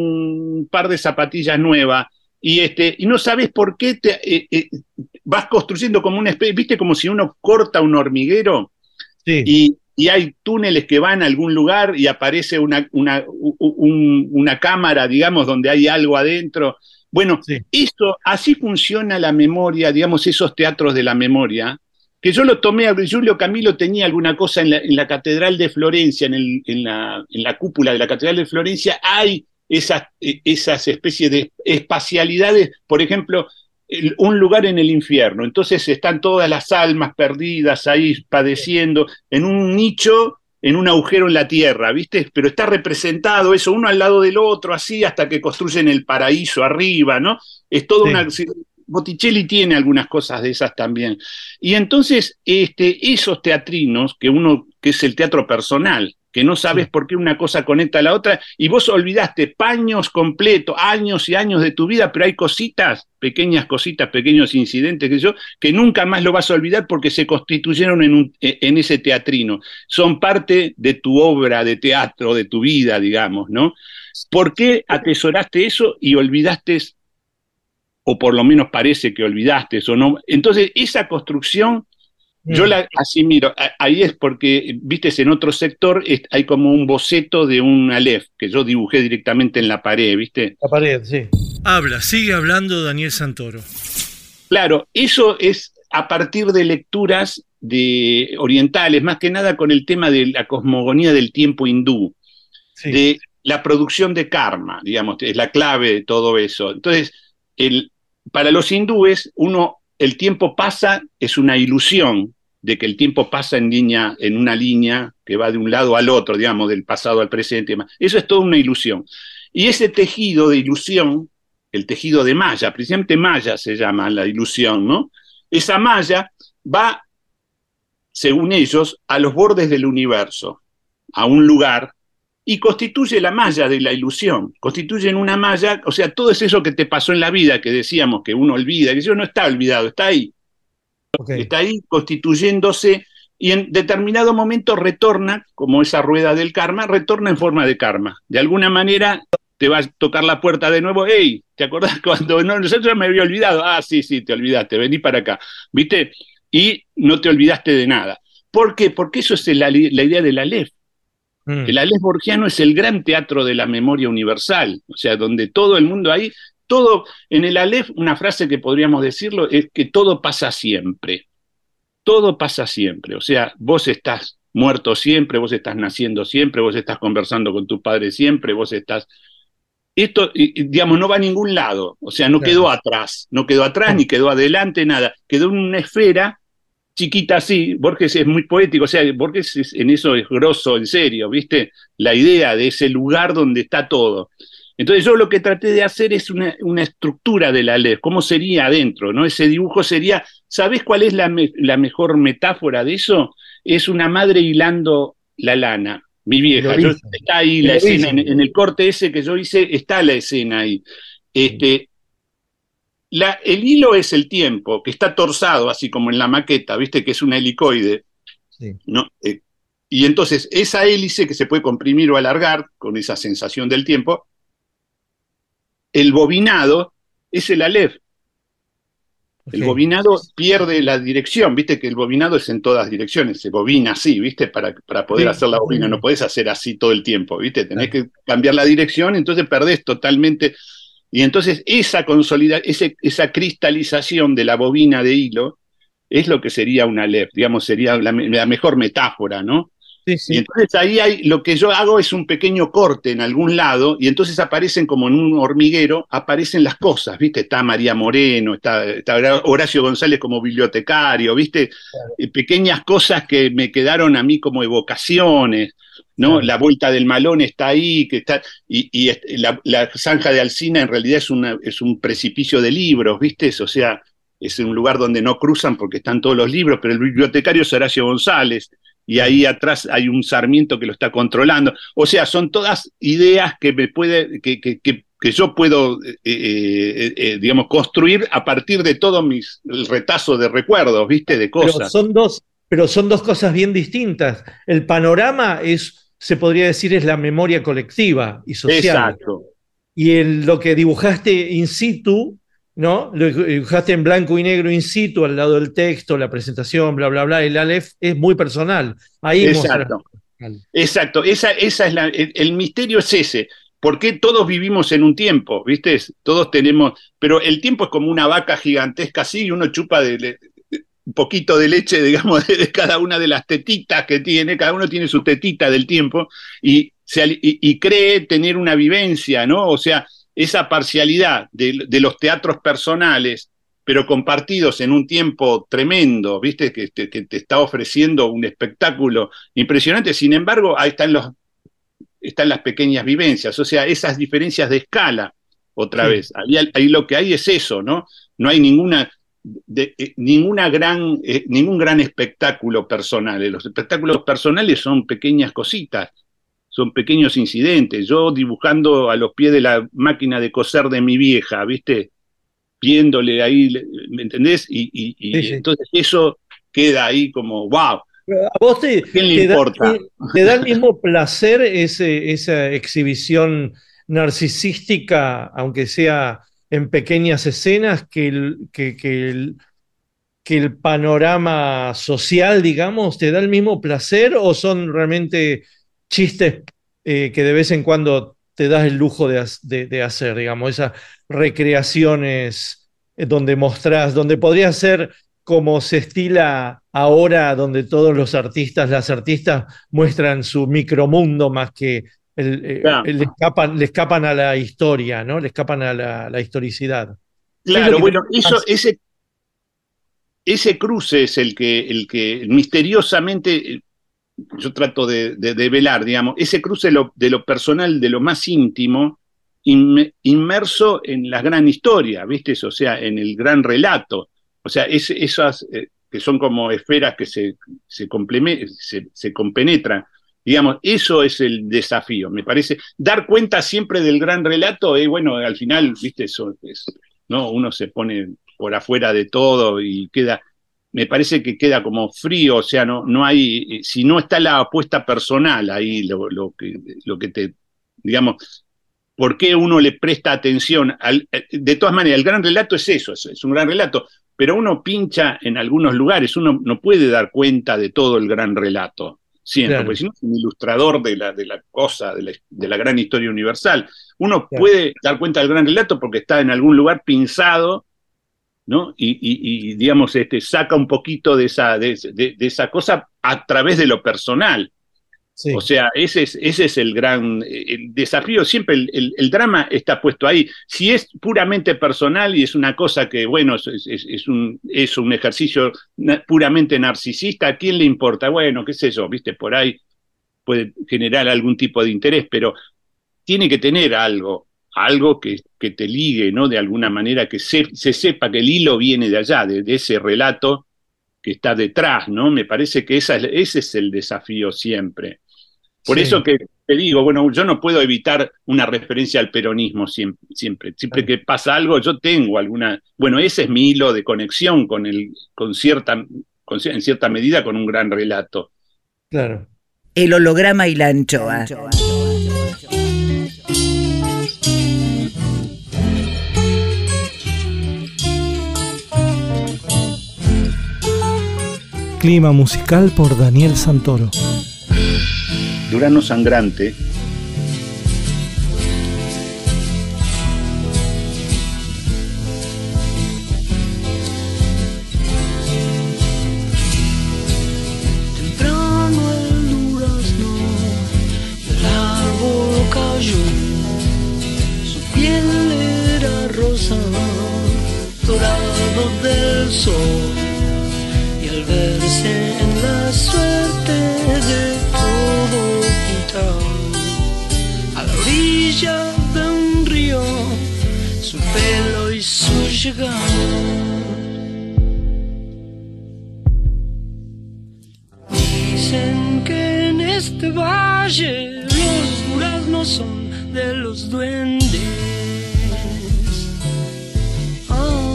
Speaker 4: un par de zapatillas nuevas, y, este, y no sabes por qué te, eh, eh, vas construyendo como una especie, viste, como si uno corta un hormiguero, sí. y y hay túneles que van a algún lugar y aparece una, una, un, una cámara, digamos, donde hay algo adentro. Bueno, sí. eso, así funciona la memoria, digamos, esos teatros de la memoria, que yo lo tomé, Giulio Camilo tenía alguna cosa en la, en la Catedral de Florencia, en, el, en, la, en la cúpula de la Catedral de Florencia, hay esas, esas especies de espacialidades, por ejemplo, un lugar en el infierno, entonces están todas las almas perdidas ahí padeciendo en un nicho, en un agujero en la tierra, ¿viste? Pero está representado eso, uno al lado del otro, así, hasta que construyen el paraíso arriba, ¿no? Es todo sí. una... Botticelli tiene algunas cosas de esas también. Y entonces, este, esos teatrinos, que uno, que es el teatro personal, que no sabes sí. por qué una cosa conecta a la otra, y vos olvidaste paños completos, años y años de tu vida, pero hay cositas, pequeñas cositas, pequeños incidentes, que yo, que nunca más lo vas a olvidar porque se constituyeron en, un, en ese teatrino. Son parte de tu obra de teatro, de tu vida, digamos, ¿no? ¿Por qué atesoraste eso y olvidaste, o por lo menos parece que olvidaste o no? Entonces, esa construcción... Yo la, así miro, ahí es porque, viste, en otro sector es, hay como un boceto de un Aleph, que yo dibujé directamente en la pared, ¿viste?
Speaker 5: La pared, sí. Habla, sigue hablando Daniel Santoro.
Speaker 4: Claro, eso es a partir de lecturas de orientales, más que nada con el tema de la cosmogonía del tiempo hindú, sí. de la producción de karma, digamos, es la clave de todo eso. Entonces, el, para los hindúes, uno... el tiempo pasa, es una ilusión de que el tiempo pasa en línea, en una línea que va de un lado al otro, digamos, del pasado al presente. Eso es toda una ilusión. Y ese tejido de ilusión, el tejido de malla, precisamente malla se llama la ilusión, ¿no? Esa malla va, según ellos, a los bordes del universo, a un lugar, y constituye la malla de la ilusión, constituyen una malla, o sea, todo es eso que te pasó en la vida, que decíamos que uno olvida, que eso no está olvidado, está ahí, okay. está ahí constituyéndose, y en determinado momento retorna, como esa rueda del karma, retorna en forma de karma, de alguna manera te va a tocar la puerta de nuevo, hey, ¿te acordás cuando no, nosotros me había olvidado? Ah, sí, sí, te olvidaste, vení para acá, ¿viste? Y no te olvidaste de nada. ¿Por qué? Porque eso es la, la idea del Aleph. Mm. El Aleph borgiano es el gran teatro de la memoria universal, o sea, donde todo el mundo ahí, todo, en el Aleph, una frase que podríamos decirlo, es que todo pasa siempre, todo pasa siempre, o sea, vos estás muerto siempre, vos estás naciendo siempre, vos estás conversando con tu padre siempre, vos estás... Esto, digamos, no va a ningún lado, o sea, no claro. quedó atrás, no quedó atrás, ni quedó adelante, nada, quedó en una esfera chiquita así. Borges es muy poético, o sea, Borges es, en eso es grosso, en serio, ¿viste? La idea de ese lugar donde está todo. Entonces yo lo que traté de hacer es una, una estructura de la Aleph, cómo sería adentro, ¿no? Ese dibujo sería, ¿sabés cuál es la, me, la mejor metáfora de eso? Es una madre hilando la lana, mi vieja, yo, está ahí la escena, en, en el corte ese que yo hice, está la escena ahí. Este... La, el hilo es el tiempo, que está torzado, así como en la maqueta, viste que es una helicoide, sí. ¿no? Eh, y entonces esa hélice que se puede comprimir o alargar con esa sensación del tiempo, el bobinado es el Aleph. Okay. El bobinado pierde la dirección, viste que el bobinado es en todas direcciones, se bobina así, viste, para, para poder sí. hacer la bobina, no podés hacer así todo el tiempo, viste, tenés claro. que cambiar la dirección, entonces perdés totalmente... Y entonces esa consolida, ese, esa cristalización de la bobina de hilo es lo que sería un Aleph, digamos, sería la, la mejor metáfora, ¿no? Sí, sí. Y entonces ahí hay, lo que yo hago es un pequeño corte en algún lado, y entonces aparecen como en un hormiguero, aparecen las cosas, ¿viste? Está María Moreno, está, está Horacio González como bibliotecario, ¿viste? Claro. Eh, pequeñas cosas que me quedaron a mí como evocaciones, ¿no? Claro. La Vuelta del Malón está ahí, que está, y, y la, la Zanja de Alsina en realidad es, una, es un precipicio de libros, ¿viste? O sea, es un lugar donde no cruzan porque están todos los libros, pero el bibliotecario es Horacio González, y ahí atrás hay un Sarmiento que lo está controlando. O sea, son todas ideas que me puede, que, que, que, que yo puedo, eh, eh, eh, digamos, construir a partir de todo mis, el retazo de recuerdos, ¿viste? De cosas.
Speaker 5: Pero son dos, pero son dos cosas bien distintas. El panorama es, se podría decir, es la memoria colectiva y social.
Speaker 4: Exacto.
Speaker 5: Y el, lo que dibujaste in situ, ¿no? Lo dibujaste en blanco y negro in situ, al lado del texto, la presentación, bla, bla, bla. El Aleph es muy personal. Ahí
Speaker 4: Exacto. Mostrás. Exacto. Esa, esa es la, el, el misterio es ese. ¿Por qué todos vivimos en un tiempo? ¿Viste? Todos tenemos. Pero el tiempo es como una vaca gigantesca así, y uno chupa de, de, de, un poquito de leche, digamos, de, de cada una de las tetitas que tiene. Cada uno tiene su tetita del tiempo y, se, y, y cree tener una vivencia, ¿no? O sea, esa parcialidad de, de los teatros personales, pero compartidos en un tiempo tremendo, ¿viste? Que te, que te está ofreciendo un espectáculo impresionante. Sin embargo, ahí están, los, están las pequeñas vivencias, o sea, esas diferencias de escala, otra sí. vez. Ahí, ahí lo que hay es eso, ¿no? No hay ninguna, de, eh, ninguna gran, eh, ningún gran espectáculo personal. Los espectáculos personales son pequeñas cositas, son pequeños incidentes. Yo dibujando a los pies de la máquina de coser de mi vieja, ¿viste? Viéndole ahí, ¿me entendés? Y, y, y sí, sí. entonces eso queda ahí como, wow.
Speaker 5: ¿A vos te,
Speaker 4: ¿Quién le
Speaker 5: te
Speaker 4: importa?
Speaker 5: Da, te, te da el mismo placer ese, esa exhibición narcisística, aunque sea en pequeñas escenas, que el, que, que el, que el panorama social, digamos? ¿Te da el mismo placer o son realmente chistes eh, que de vez en cuando te das el lujo de, de, de hacer, digamos, esas recreaciones donde mostrás, donde podría ser como se estila ahora, donde todos los artistas, las artistas muestran su micromundo más que el, claro. el, le, escapan, le escapan a la historia, ¿no? Le escapan a la, la historicidad.
Speaker 4: Claro, bueno, eso, ese, ese cruce es el que, el que misteriosamente yo trato de, de, de velar, digamos, ese cruce de lo, de lo personal, de lo más íntimo, in, inmerso en la gran historia, ¿viste? O sea, en el gran relato. O sea, es, esas eh, que son como esferas que se, se, se, se compenetran. Digamos, eso es el desafío, me parece. Dar cuenta siempre del gran relato, eh, bueno, al final, ¿viste? Eso es, ¿no? Uno se pone por afuera de todo y queda... me parece que queda como frío, o sea, no, no hay, si no está la apuesta personal ahí, lo, lo, que, lo que te, digamos, ¿por qué uno le presta atención? Al, de todas maneras, el gran relato es eso, es, es un gran relato, pero uno pincha en algunos lugares, uno no puede dar cuenta de todo el gran relato, siempre, claro. porque si no es un ilustrador de la, de la cosa, de la, de la gran historia universal. Uno claro. puede dar cuenta del gran relato porque está en algún lugar pinzado, ¿no? Y, y, y digamos, este, saca un poquito de esa, de, de, de esa cosa a través de lo personal. Sí. O sea, ese es, ese es el gran el desafío. Siempre el, el, el drama está puesto ahí. Si es puramente personal y es una cosa que, bueno, es, es, es, un, es un ejercicio puramente narcisista, ¿a quién le importa? Bueno, qué sé yo, viste, por ahí puede generar algún tipo de interés, pero tiene que tener algo. algo que, que te ligue, ¿no? De alguna manera, que se, se sepa que el hilo viene de allá, de, de ese relato que está detrás, ¿no? Me parece que esa es, ese es el desafío siempre. Por sí. eso que te digo, bueno, yo no puedo evitar una referencia al peronismo siempre. Siempre, siempre que pasa algo, yo tengo alguna... Bueno, ese es mi hilo de conexión con el, con cierta, con, en cierta medida con un gran relato.
Speaker 5: Claro.
Speaker 1: El holograma y la anchoa. anchoa.
Speaker 5: Clima musical por Daniel Santoro.
Speaker 4: Durano Sangrante.
Speaker 6: Temprano el Durano
Speaker 10: corazón dorado del sol, y al verse en la suerte de todo juntar, a la orilla de un río, su pelo y su llegar. Dicen que en este valle los duraznos son de los duendes. Oh.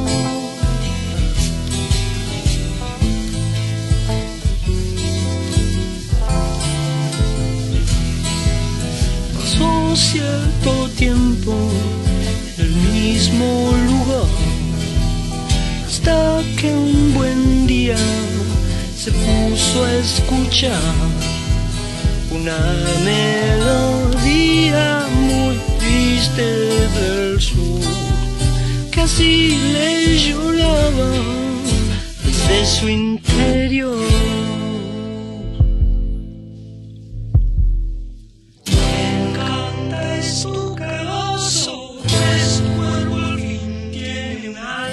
Speaker 10: Pasó cierto tiempo en el mismo lugar, hasta que un buen día se puso a escuchar una melodía muy triste del sur, que así le lloraba desde su interior. Quien canta es tu carozo, pues tu cuerpo al fin tiene un alma.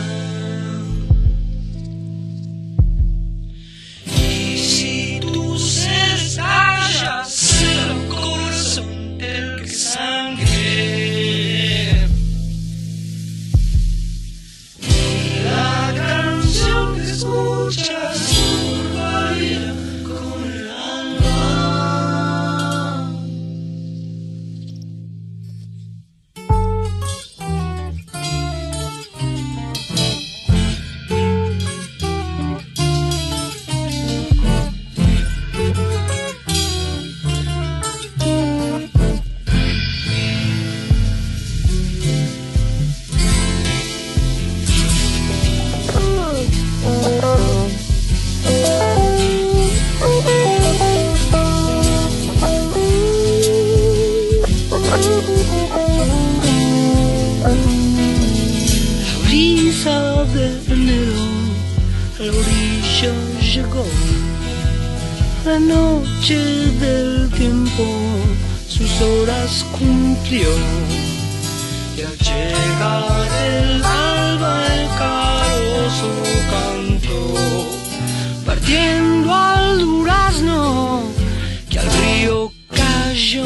Speaker 10: La noche del tiempo sus horas cumplió, y al llegar el alba el carozo cantó, partiendo al durazno que al río cayó.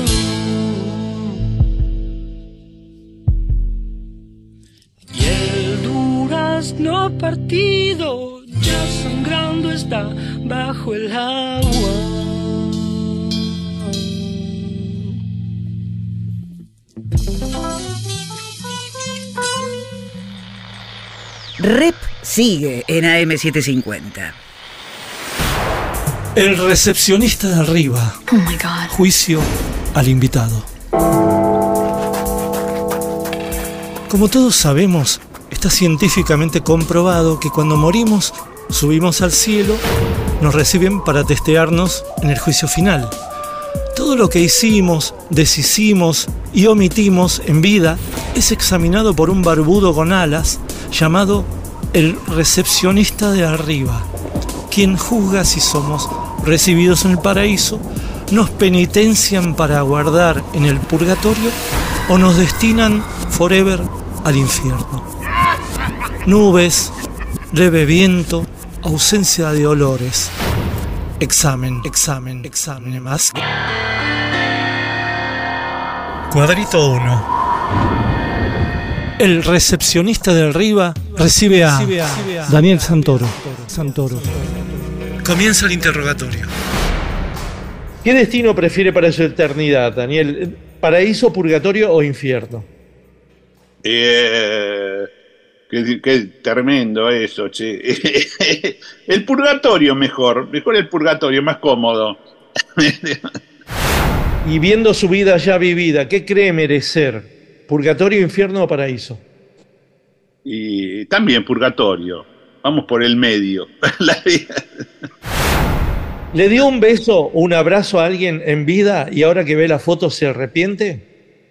Speaker 10: Y el durazno partido ya sangrando está bajo el agua.
Speaker 1: Rep sigue en A M setecientos cincuenta.
Speaker 11: El recepcionista de arriba.
Speaker 12: Oh my God.
Speaker 11: Juicio al invitado. Como todos sabemos, está científicamente comprobado que cuando morimos, subimos al cielo, nos reciben para testearnos en el juicio final. Todo lo que hicimos, deshicimos y omitimos en vida es examinado por un barbudo con alas llamado el recepcionista de arriba, quien juzga si somos recibidos en el paraíso, nos penitencian para aguardar en el purgatorio o nos destinan forever al infierno. Nubes, leve viento, ausencia de olores. Examen, examen, examen más. Cuadrito uno. El recepcionista de arriba recibe a Daniel Santoro. Santoro. Comienza el interrogatorio.
Speaker 3: ¿Qué destino prefiere para su eternidad, Daniel? ¿Paraíso, purgatorio o infierno?
Speaker 4: Eh, qué, qué tremendo eso, che. El purgatorio mejor, mejor el purgatorio, más cómodo.
Speaker 3: Y viendo su vida ya vivida, ¿qué cree merecer? ¿Purgatorio, infierno o paraíso?
Speaker 4: Y también purgatorio. Vamos por el medio. La vida.
Speaker 3: ¿Le dio un beso o un abrazo a alguien en vida y ahora que ve la foto se arrepiente?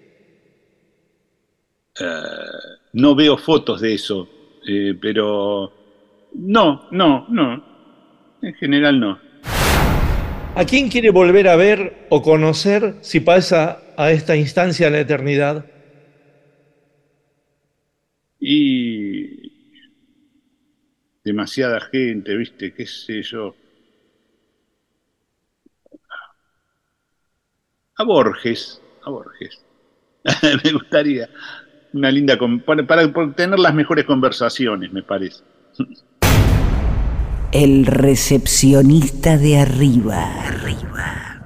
Speaker 4: Uh, no veo fotos de eso, eh, pero no, no, no. En general no.
Speaker 3: ¿A quién quiere volver a ver o conocer si pasa a esta instancia de la eternidad?
Speaker 4: Y demasiada gente, ¿viste? ¿Qué sé yo? A Borges, a Borges. Me gustaría una linda, para, para tener las mejores conversaciones, me parece.
Speaker 1: El recepcionista de arriba. Arriba.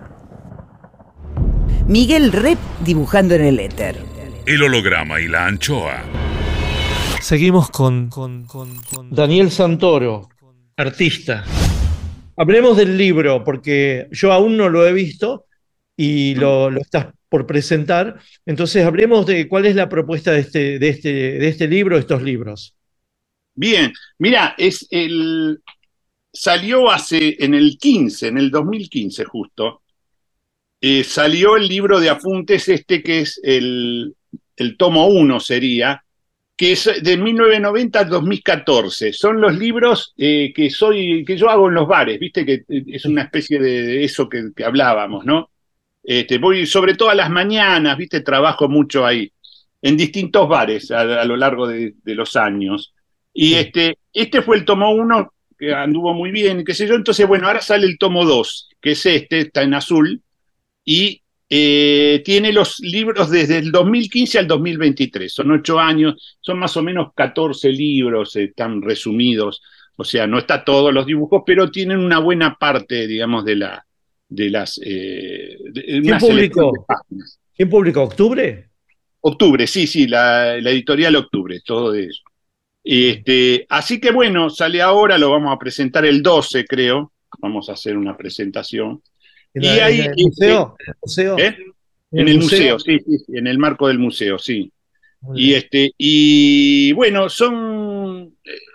Speaker 1: Miguel Rep dibujando en el éter.
Speaker 7: El holograma y la anchoa.
Speaker 11: Seguimos con, con, con, con...
Speaker 5: Daniel Santoro, artista. Hablemos del libro, porque yo aún no lo he visto y lo, lo estás por presentar. Entonces hablemos de cuál es la propuesta de este, de este, de este libro, estos libros.
Speaker 4: Bien, mira, es el, salió hace, en el quince, en el dos mil quince justo, eh, salió el libro de apuntes este que es el, el tomo uno sería, que es de mil novecientos noventa a dos mil catorce. Son los libros eh, que, soy, que yo hago en los bares, viste que es una especie de, de eso que, que hablábamos, ¿no? Este, voy sobre todo a las mañanas, viste, trabajo mucho ahí, en distintos bares a, a lo largo de, de los años. Y sí. este, este fue el tomo uno, que anduvo muy bien, qué sé yo. Entonces, bueno, ahora sale el tomo dos, que es este, está en azul, y eh, tiene los libros desde el dos mil quince al dos mil veintitrés. Son ocho años, son más o menos catorce libros, están resumidos. O sea, no está todos los dibujos, pero tienen una buena parte, digamos, de la de las eh, de
Speaker 5: ¿Quién publicó? ¿Quién publicó? ¿Octubre?
Speaker 4: Octubre, sí, sí, la, la editorial Octubre, todo de eso. Este, así que bueno, sale ahora, lo vamos a presentar el doce, creo. Vamos a hacer una presentación.
Speaker 5: ¿En,
Speaker 4: y
Speaker 5: la,
Speaker 4: ahí,
Speaker 5: en el museo? ¿En el museo?
Speaker 4: ¿eh? ¿En, en el museo? museo, sí, sí, en el marco del museo, sí. Y este, y bueno, son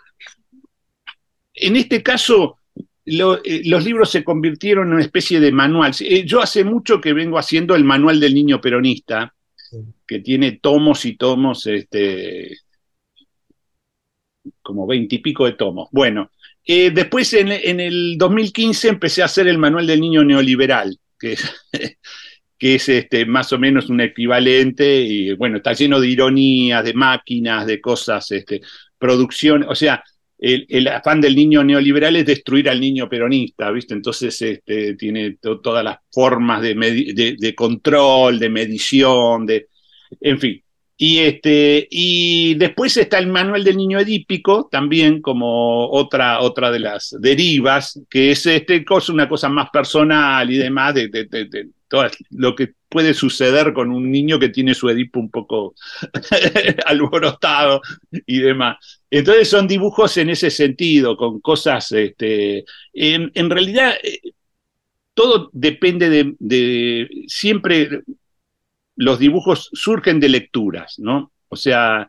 Speaker 4: en este caso Lo, eh, los libros se convirtieron en una especie de manual. Eh, yo hace mucho que vengo haciendo el manual del niño peronista, sí. que tiene tomos y tomos, este, como veintipico de tomos. Bueno, eh, después en, en el dos mil quince empecé a hacer el manual del niño neoliberal, que es, que es este, más o menos un equivalente, y bueno, está lleno de ironías, de máquinas, de cosas, este, producción, o sea, El, el afán del niño neoliberal es destruir al niño peronista, ¿viste? Entonces este, tiene to, todas las formas de, de, de control, de medición, de, en fin. Y, este, y después está el manual del niño edípico, también como otra, otra de las derivas, que es este, una cosa más personal y demás, de, de, de, de todo lo que puede suceder con un niño que tiene su Edipo un poco alborotado y demás. Entonces son dibujos en ese sentido, con cosas, este, en, en realidad eh, todo depende de, de, siempre los dibujos surgen de lecturas, ¿no? O sea,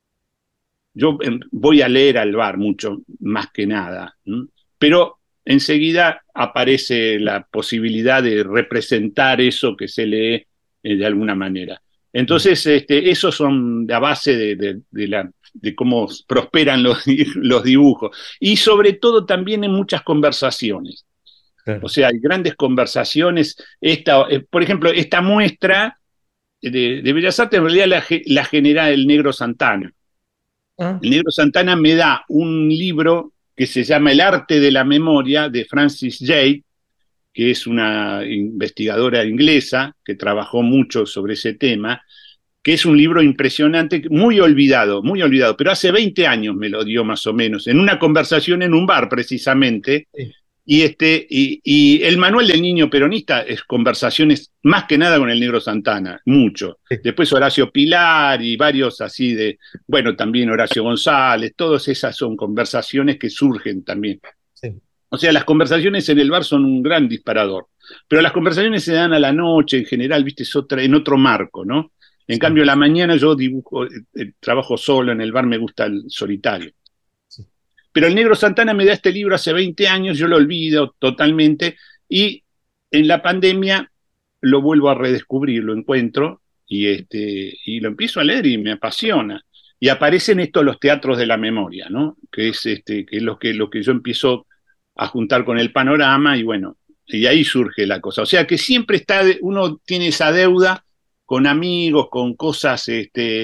Speaker 4: yo voy a leer al bar mucho, más que nada, ¿no? Pero enseguida aparece la posibilidad de representar eso que se lee eh, de alguna manera. Entonces, este, esos son la base de, de, de, la, de cómo prosperan los, los dibujos. Y sobre todo también en muchas conversaciones. Claro. O sea, hay grandes conversaciones. Esta, eh, por ejemplo, esta muestra de, de Bellas Artes en realidad la, la genera el Negro Santana. Ah. El Negro Santana me da un libro que se llama El arte de la memoria, de Frances Yates, que es una investigadora inglesa que trabajó mucho sobre ese tema, que es un libro impresionante, muy olvidado, muy olvidado, pero hace veinte años me lo dio más o menos, en una conversación en un bar precisamente, sí. y, este, y, y el manual del niño peronista es conversaciones más que nada con el Negro Santana, mucho. Sí. Después Horacio Pilar y varios así de, bueno, también Horacio González, todas esas son conversaciones que surgen también. Sí. O sea, las conversaciones en el bar son un gran disparador, pero las conversaciones se dan a la noche en general, viste, es otra, en otro marco, ¿no? En sí. cambio, a la mañana yo dibujo, eh, trabajo solo, en el bar me gusta el solitario. Sí. Pero el Negro Santana me da este libro hace veinte años, yo lo olvido totalmente, y en la pandemia lo vuelvo a redescubrir, lo encuentro, y, este, y lo empiezo a leer y me apasiona. Y aparecen estos los teatros de la memoria, ¿no? Que es, este, que es lo, que, lo que yo empiezo a juntar con el panorama, y bueno, y ahí surge la cosa. O sea que siempre está, uno tiene esa deuda con amigos, con cosas, este,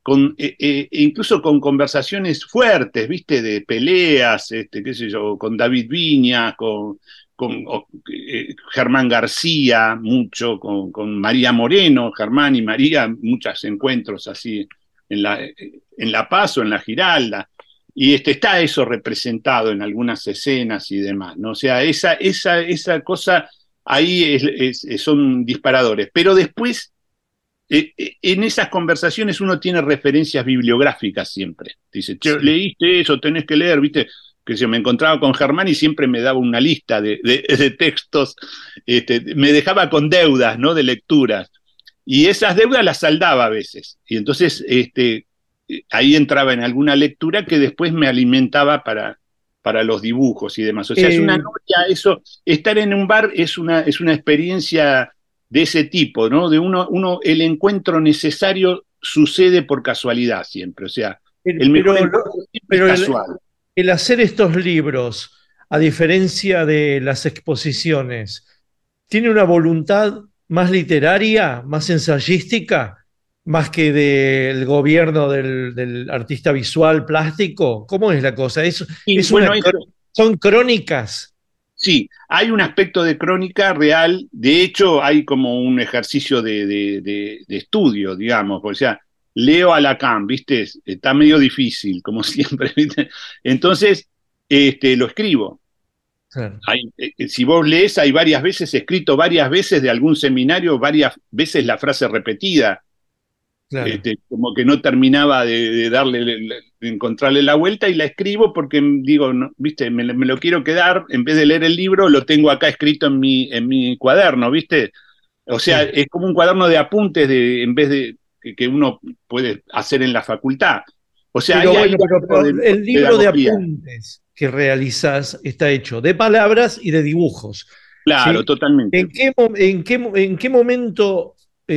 Speaker 4: con, eh, eh, incluso con conversaciones fuertes, ¿viste? De peleas, este, qué sé yo, con David Viñas, con, con o, eh, Germán García, mucho, con, con María Moreno, Germán y María, muchos encuentros así en la, en La Paz o en la Giralda. Y este, está eso representado en algunas escenas y demás, ¿no? O sea, esa, esa, esa cosa ahí es, es, son disparadores. Pero después, eh, en esas conversaciones uno tiene referencias bibliográficas siempre. Dice, che, sí. leíste eso, tenés que leer, ¿viste? Que yo me encontraba con Germán y siempre me daba una lista de, de, de textos, este, me dejaba con deudas, ¿no? De lecturas. Y esas deudas las saldaba a veces. Y entonces, este, ahí entraba en alguna lectura que después me alimentaba para, para los dibujos y demás. O sea, eh, es una novia, eso, estar en un bar es una, es una experiencia de ese tipo, ¿no? De uno, uno, el encuentro necesario sucede por casualidad siempre. O sea, el mejor
Speaker 5: pero,
Speaker 4: encuentro siempre
Speaker 5: pero
Speaker 4: es casual.
Speaker 5: El, el hacer estos libros, a diferencia de las exposiciones, ¿tiene una voluntad más literaria, más ensayística, más que del gobierno del, del artista visual plástico? ¿Cómo es la cosa? ¿Es,
Speaker 4: sí,
Speaker 5: es
Speaker 4: bueno,
Speaker 5: una,
Speaker 4: eso,
Speaker 5: ¿Son crónicas?
Speaker 4: Sí, hay un aspecto de crónica real. De hecho, hay como un ejercicio de, de, de, de estudio, digamos. O sea, leo a Lacan, ¿viste? Está medio difícil, como siempre, ¿viste? Entonces, este, lo escribo. Claro. Hay, eh, si vos lees, hay varias veces, escrito varias veces de algún seminario, varias veces la frase repetida. Claro. Este, como que no terminaba de, de darle, de encontrarle la vuelta, y la escribo porque digo, no, viste, me, me lo quiero quedar, en vez de leer el libro, lo tengo acá escrito en mi, en mi cuaderno, ¿viste? O sea, sí. Es como un cuaderno de apuntes de, en vez de que, que uno puede hacer en la facultad. O sea,
Speaker 5: pero,
Speaker 4: ahí
Speaker 5: bueno,
Speaker 4: hay
Speaker 5: pero, pero
Speaker 4: de,
Speaker 5: el libro
Speaker 4: pedagogía.
Speaker 5: de apuntes que realizas está hecho de palabras y de dibujos.
Speaker 4: Claro,
Speaker 5: ¿sí?
Speaker 4: Totalmente.
Speaker 5: ¿En qué, en qué, en qué momento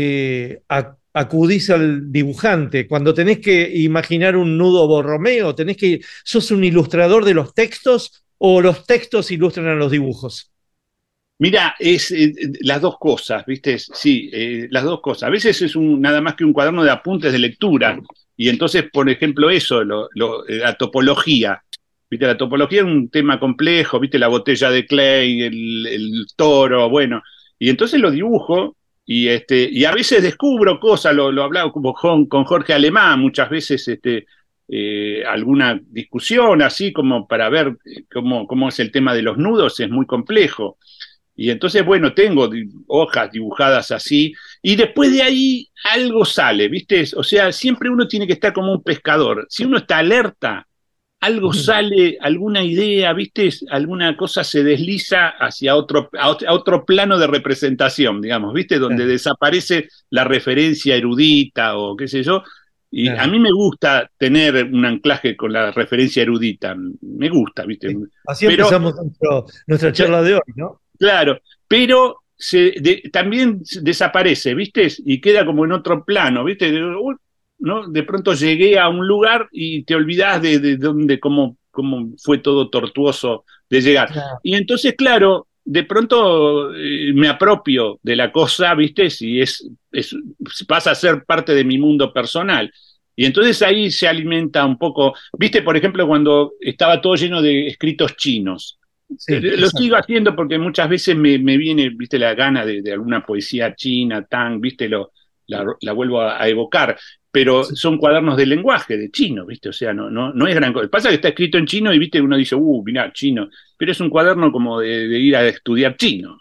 Speaker 5: eh, acudís al dibujante? Cuando tenés que imaginar un nudo Borromeo, tenés que, ¿sos un ilustrador de los textos o los textos ilustran a los dibujos?
Speaker 4: Mira, es eh, las dos cosas, ¿viste? Sí, eh, las dos cosas. A veces es un, nada más que un cuaderno de apuntes de lectura, y entonces, por ejemplo, eso, lo, lo, la topología. ¿Viste? La topología es un tema complejo, ¿viste? La botella de Clay, el, el toro, bueno. Y entonces lo dibujo, y, este, y a veces descubro cosas, lo, lo hablaba como con, con Jorge Alemán, muchas veces este, eh, alguna discusión así como para ver cómo, cómo es el tema de los nudos, es muy complejo. Y entonces, bueno, tengo hojas dibujadas así, y después de ahí algo sale, ¿viste? O sea, siempre uno tiene que estar como un pescador. Si uno está alerta, algo sale, alguna idea, ¿viste? Alguna cosa se desliza hacia otro, a otro plano de representación, digamos, ¿viste? Donde claro. desaparece la referencia erudita o qué sé yo. Y claro. a mí me gusta tener un anclaje con la referencia erudita, me gusta, ¿viste?
Speaker 5: Sí. Así
Speaker 4: pero,
Speaker 5: empezamos nuestro, nuestra charla de hoy, ¿no?
Speaker 4: Claro, pero se, de, también desaparece, ¿viste? Y queda como en otro plano, ¿viste? ¿No? De pronto llegué a un lugar y te olvidás de, de, de dónde, cómo, cómo fue todo tortuoso de llegar. Claro. Y entonces, claro, de pronto eh, me apropio de la cosa, ¿viste? Si es, es, pasa a ser parte de mi mundo personal. Y entonces ahí se alimenta un poco, ¿viste? Por ejemplo, cuando estaba todo lleno de escritos chinos. Sí, lo exacto. Sigo haciendo porque muchas veces me, me viene, viste, la gana de, de alguna poesía china, tang, viste, lo, la, la vuelvo a, a evocar, pero sí. son cuadernos de lenguaje, de chino, viste, o sea, no, no, no es gran cosa. Pasa que está escrito en chino y, viste, uno dice, uh, mirá, chino, pero es un cuaderno como de, de ir a estudiar chino.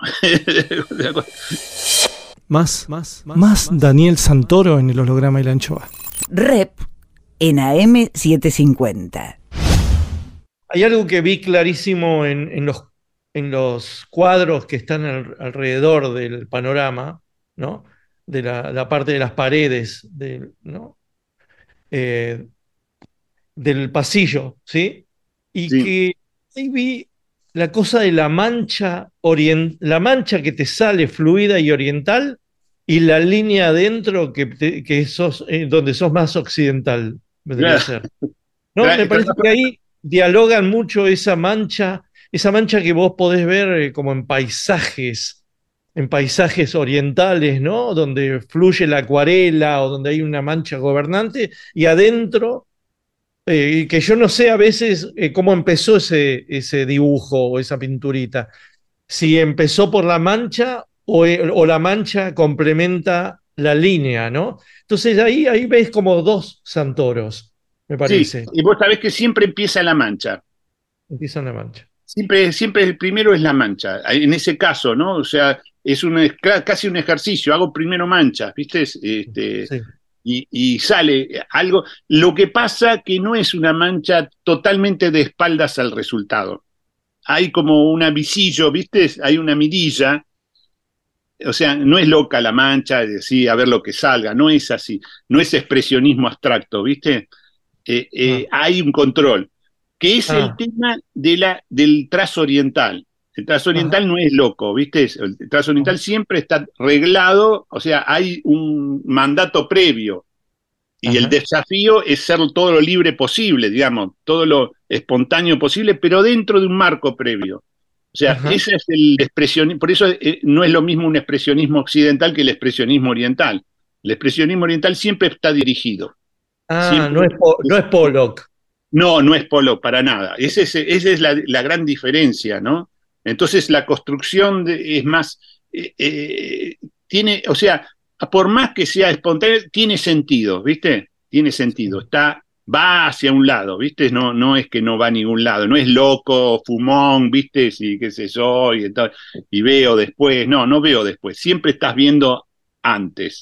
Speaker 11: más, más, más, más Daniel Santoro en el holograma y la anchoa.
Speaker 1: Rep en A M setecientos cincuenta.
Speaker 5: Hay algo que vi clarísimo en, en, los, en los cuadros que están al, alrededor del panorama, ¿no? De la, la parte de las paredes, de, ¿no? eh, del pasillo, ¿sí? Y sí. que ahí vi la cosa de la mancha, orient, la mancha que te sale fluida y oriental, y la línea adentro que, te, que sos, eh, donde sos más occidental, vendría claro. a ser. ¿No? Claro. Me parece que ahí dialogan mucho esa mancha, esa mancha que vos podés ver eh, como en paisajes, en paisajes orientales, ¿no? Donde fluye la acuarela o donde hay una mancha gobernante, y adentro, eh, que yo no sé a veces eh, cómo empezó ese, ese dibujo o esa pinturita, si empezó por la mancha o, eh, o la mancha complementa la línea, ¿no? Entonces ahí, ahí ves como dos Santoros, me parece.
Speaker 4: Sí, y vos sabés que siempre empieza la mancha.
Speaker 5: Empieza la mancha.
Speaker 4: Siempre, siempre el primero es la mancha, en ese caso, ¿no? O sea, es un, casi un ejercicio, hago primero mancha, ¿viste? Este,
Speaker 5: Sí.
Speaker 4: y, y sale algo. Lo que pasa que no es una mancha totalmente de espaldas al resultado. Hay como un visillo, ¿viste? Hay una mirilla. O sea, no es loca la mancha, es decir, a ver lo que salga, no es así, no es expresionismo abstracto, ¿viste? Eh, eh, ah. Hay un control, que es ah. el tema de la, del trazo oriental. El trazo oriental Ajá. no es loco, ¿viste? El trazo oriental Ajá. siempre está reglado, o sea, hay un mandato previo, y Ajá. el desafío es ser todo lo libre posible, digamos, todo lo espontáneo posible, pero dentro de un marco previo. O sea, Ajá. ese es el expresionismo, por eso eh, no es lo mismo un expresionismo occidental que el expresionismo oriental. El expresionismo oriental siempre está dirigido.
Speaker 5: Ah,
Speaker 4: siempre,
Speaker 5: no es, no es Pollock.
Speaker 4: No, no es Pollock para nada. Ese es, esa es la, la gran diferencia, ¿no? Entonces la construcción de, es más, eh, eh, tiene, o sea, por más que sea espontáneo, tiene sentido, ¿viste? Tiene sentido, está, va hacia un lado, ¿viste? No, no es que no va a ningún lado, no es loco, fumón, ¿viste? Sí, qué sé yo, y, y veo después, no, no veo después, siempre estás viendo antes.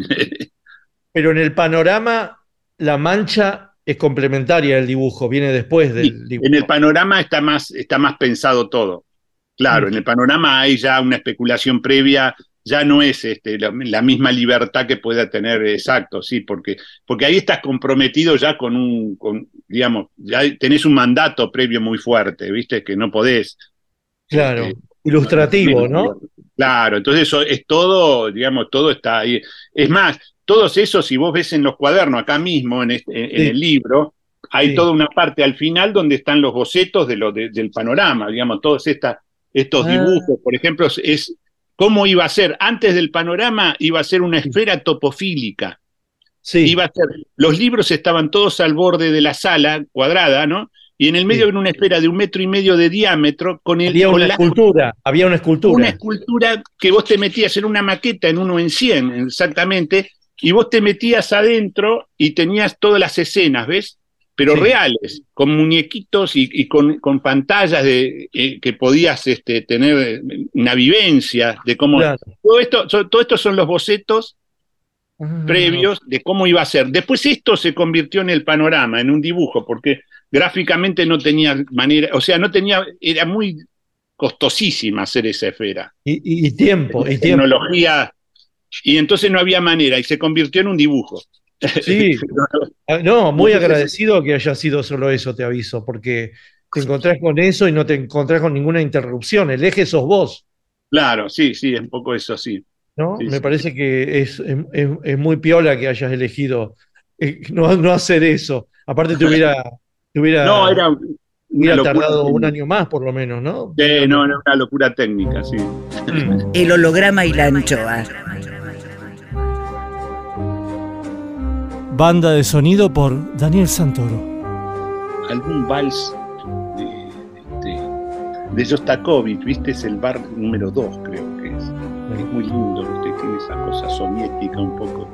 Speaker 5: Pero en el panorama, la mancha es complementaria del dibujo, viene después del
Speaker 4: sí,
Speaker 5: dibujo.
Speaker 4: En el panorama está más, está más pensado todo. Claro, mm. en el panorama hay ya una especulación previa, ya no es este, la, la misma libertad que pueda tener, exacto, sí, porque, porque ahí estás comprometido ya con un, con, digamos, ya tenés un mandato previo muy fuerte, ¿viste? Que no podés.
Speaker 5: Claro, este, ilustrativo, ¿no? ¿no?
Speaker 4: Claro, entonces eso es todo, digamos, todo está ahí. Es más, todos esos, si vos ves en los cuadernos, acá mismo, en, este, en sí. el libro, hay sí. toda una parte al final donde están los bocetos de lo de, del panorama, digamos, todos esta, estos ah. dibujos, por ejemplo, es cómo iba a ser, antes del panorama iba a ser una esfera topofílica. Sí. Iba a ser, los libros estaban todos al borde de la sala cuadrada, ¿no? Y en el medio sí. había una esfera de un metro y medio de diámetro con el...
Speaker 5: Había
Speaker 4: con
Speaker 5: una
Speaker 4: la,
Speaker 5: escultura, había una escultura.
Speaker 4: Una escultura que vos te metías en una maqueta, en uno en cien, exactamente, y vos te metías adentro y tenías todas las escenas, ¿ves? Pero sí. reales, con muñequitos y, y con, con pantallas de, eh, que podías este, tener una vivencia de cómo... Claro. Todo esto, todo esto son los bocetos ah. previos de cómo iba a ser. Después esto se convirtió en el panorama, en un dibujo, porque gráficamente no tenía manera, o sea, no tenía, era muy costosísima hacer esa esfera.
Speaker 5: Y, y, y tiempo, y
Speaker 4: tecnología, tiempo. Y entonces no había manera, y se convirtió en un dibujo.
Speaker 5: Sí, no, muy agradecido que haya sido solo eso, te aviso, porque te encontrás con eso y no te encontrás con ninguna interrupción, el eje sos vos.
Speaker 4: Claro, sí, sí, es un poco eso, sí.
Speaker 5: ¿No?
Speaker 4: Sí,
Speaker 5: Me
Speaker 4: sí.
Speaker 5: parece que es, es, es muy piola que hayas elegido eh, no, no hacer eso. Aparte te hubiera, te hubiera,
Speaker 4: no, era
Speaker 5: hubiera tardado técnica. un año más por lo menos, ¿no?
Speaker 4: Sí, no, era una locura técnica, sí.
Speaker 1: El holograma y la anchoa.
Speaker 11: Banda de sonido por Daniel Santoro.
Speaker 4: Algún vals de, de, de Shostakovich, ¿viste? Es el bar número dos, creo que es. Es muy lindo, ¿viste? Tiene esa cosa soviética un poco.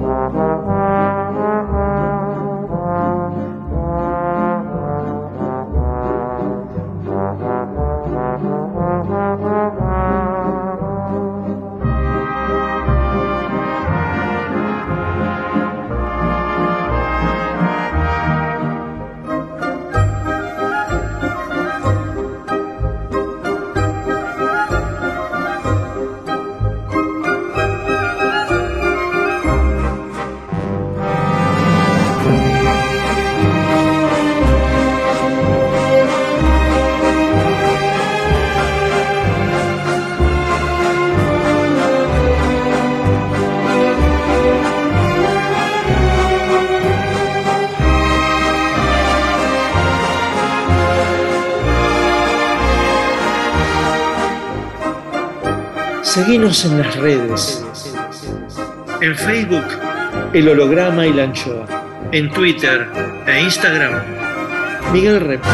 Speaker 3: Seguinos en las redes. En Facebook, El Holograma y la Anchoa. En Twitter e Instagram, Miguel Rep.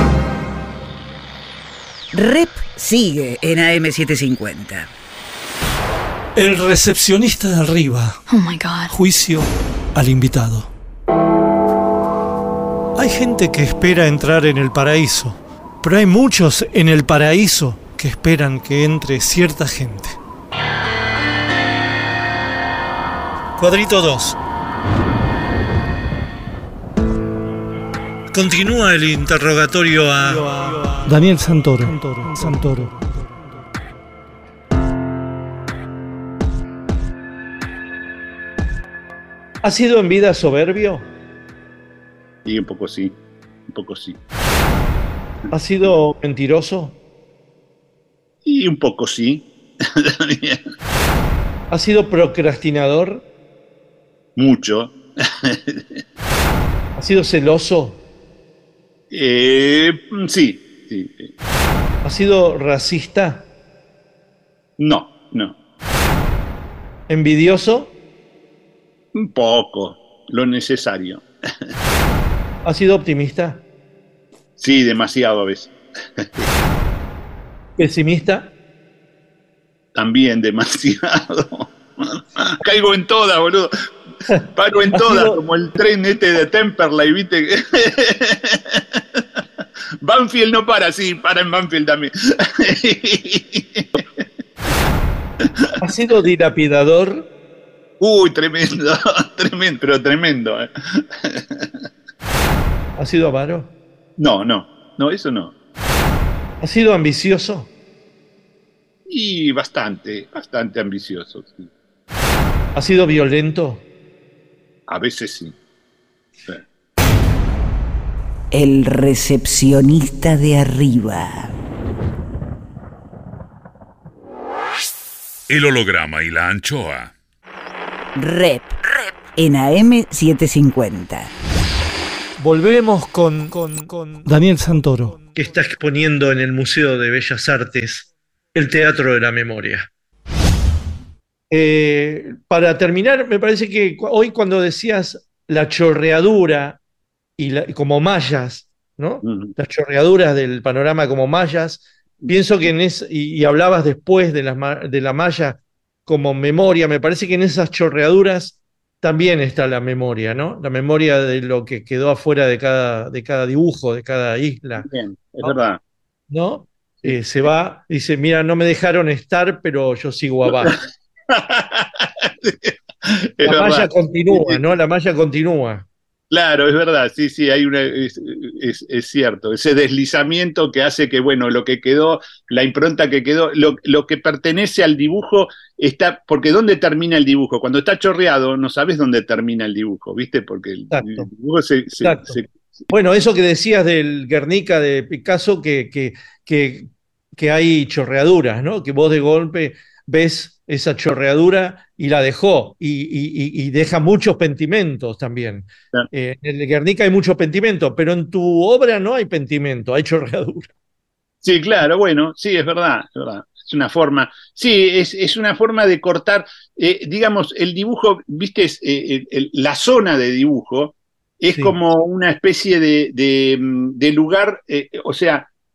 Speaker 1: Rep sigue en A M setecientos cincuenta.
Speaker 11: El recepcionista de arriba.
Speaker 12: Oh my God.
Speaker 11: Juicio al invitado. Hay gente que espera entrar en el paraíso, pero hay muchos en el paraíso que esperan que entre cierta gente. Cuadrito dos. Continúa el interrogatorio a Daniel Santoro. Santoro. Santoro.
Speaker 3: ¿Ha sido en vida soberbio?
Speaker 4: Sí, un poco sí, un poco sí.
Speaker 3: ¿Ha sido mentiroso?
Speaker 4: Y un poco sí.
Speaker 3: ¿Ha sido procrastinador?
Speaker 4: Mucho.
Speaker 3: ¿Ha sido celoso?
Speaker 4: Eh, sí, sí, sí.
Speaker 3: ¿Ha sido racista?
Speaker 4: No, no.
Speaker 3: ¿Envidioso?
Speaker 4: Un poco, lo necesario.
Speaker 3: ¿Ha sido optimista?
Speaker 4: Sí, demasiado a veces.
Speaker 3: ¿Pesimista?
Speaker 4: También demasiado. Caigo en todas, boludo. Paro en todas, sido... como el tren este de Temperley, ¿viste? Banfield no para, sí, para en Banfield también.
Speaker 3: ¿Ha sido dilapidador?
Speaker 4: Uy, tremendo, tremendo, pero tremendo. ¿eh?
Speaker 3: ¿Ha sido avaro?
Speaker 4: No, no, no, eso no.
Speaker 3: ¿Ha sido ambicioso?
Speaker 4: Y bastante, bastante ambicioso, sí.
Speaker 3: ¿Ha sido violento?
Speaker 4: A veces sí. sí.
Speaker 1: El recepcionista de arriba.
Speaker 7: El holograma y la anchoa.
Speaker 1: Rep, Rep. En A M setecientos cincuenta.
Speaker 11: Volvemos con, con, con Daniel Santoro,
Speaker 3: que está exponiendo en el Museo de Bellas Artes el Teatro de la Memoria. Eh, para terminar, me parece que hoy cuando decías la chorreadura y la, como mallas, ¿no? Uh-huh. Las chorreaduras del panorama como mallas, pienso que en es, y, y hablabas después de la, de la malla como memoria, me parece que en esas chorreaduras también está la memoria, ¿no? La memoria de lo que quedó afuera de cada, de cada dibujo, de cada isla.
Speaker 4: Bien, es
Speaker 3: ¿no?
Speaker 4: verdad.
Speaker 3: ¿No? Eh, se va, dice, mira, no me dejaron estar, pero yo sigo abajo. La verdad. Malla continúa, ¿no? La malla continúa.
Speaker 4: Claro, es verdad, sí, sí, hay una, es, es, es cierto, ese deslizamiento que hace que, bueno, lo que quedó, la impronta que quedó, lo, lo que pertenece al dibujo está, porque ¿dónde termina el dibujo? Cuando está chorreado no sabes dónde termina el dibujo, ¿viste? Porque el, el dibujo se, se, se...
Speaker 3: Bueno, eso que decías del Guernica de Picasso, que, que, que, que hay chorreaduras, ¿no? Que vos de golpe ves esa chorreadura y la dejó, y, y, y deja muchos pendimentos también. Sí. Eh, en el Guernica hay mucho pentimento, pero en tu obra no hay pentimento, hay chorreadura.
Speaker 4: Sí, claro, bueno, sí, es verdad, es verdad. Es una forma, sí, es, es una forma de cortar, eh, digamos, el dibujo, viste, es, eh, el, la zona de dibujo es sí. como una especie de, de, de lugar, eh, o sea,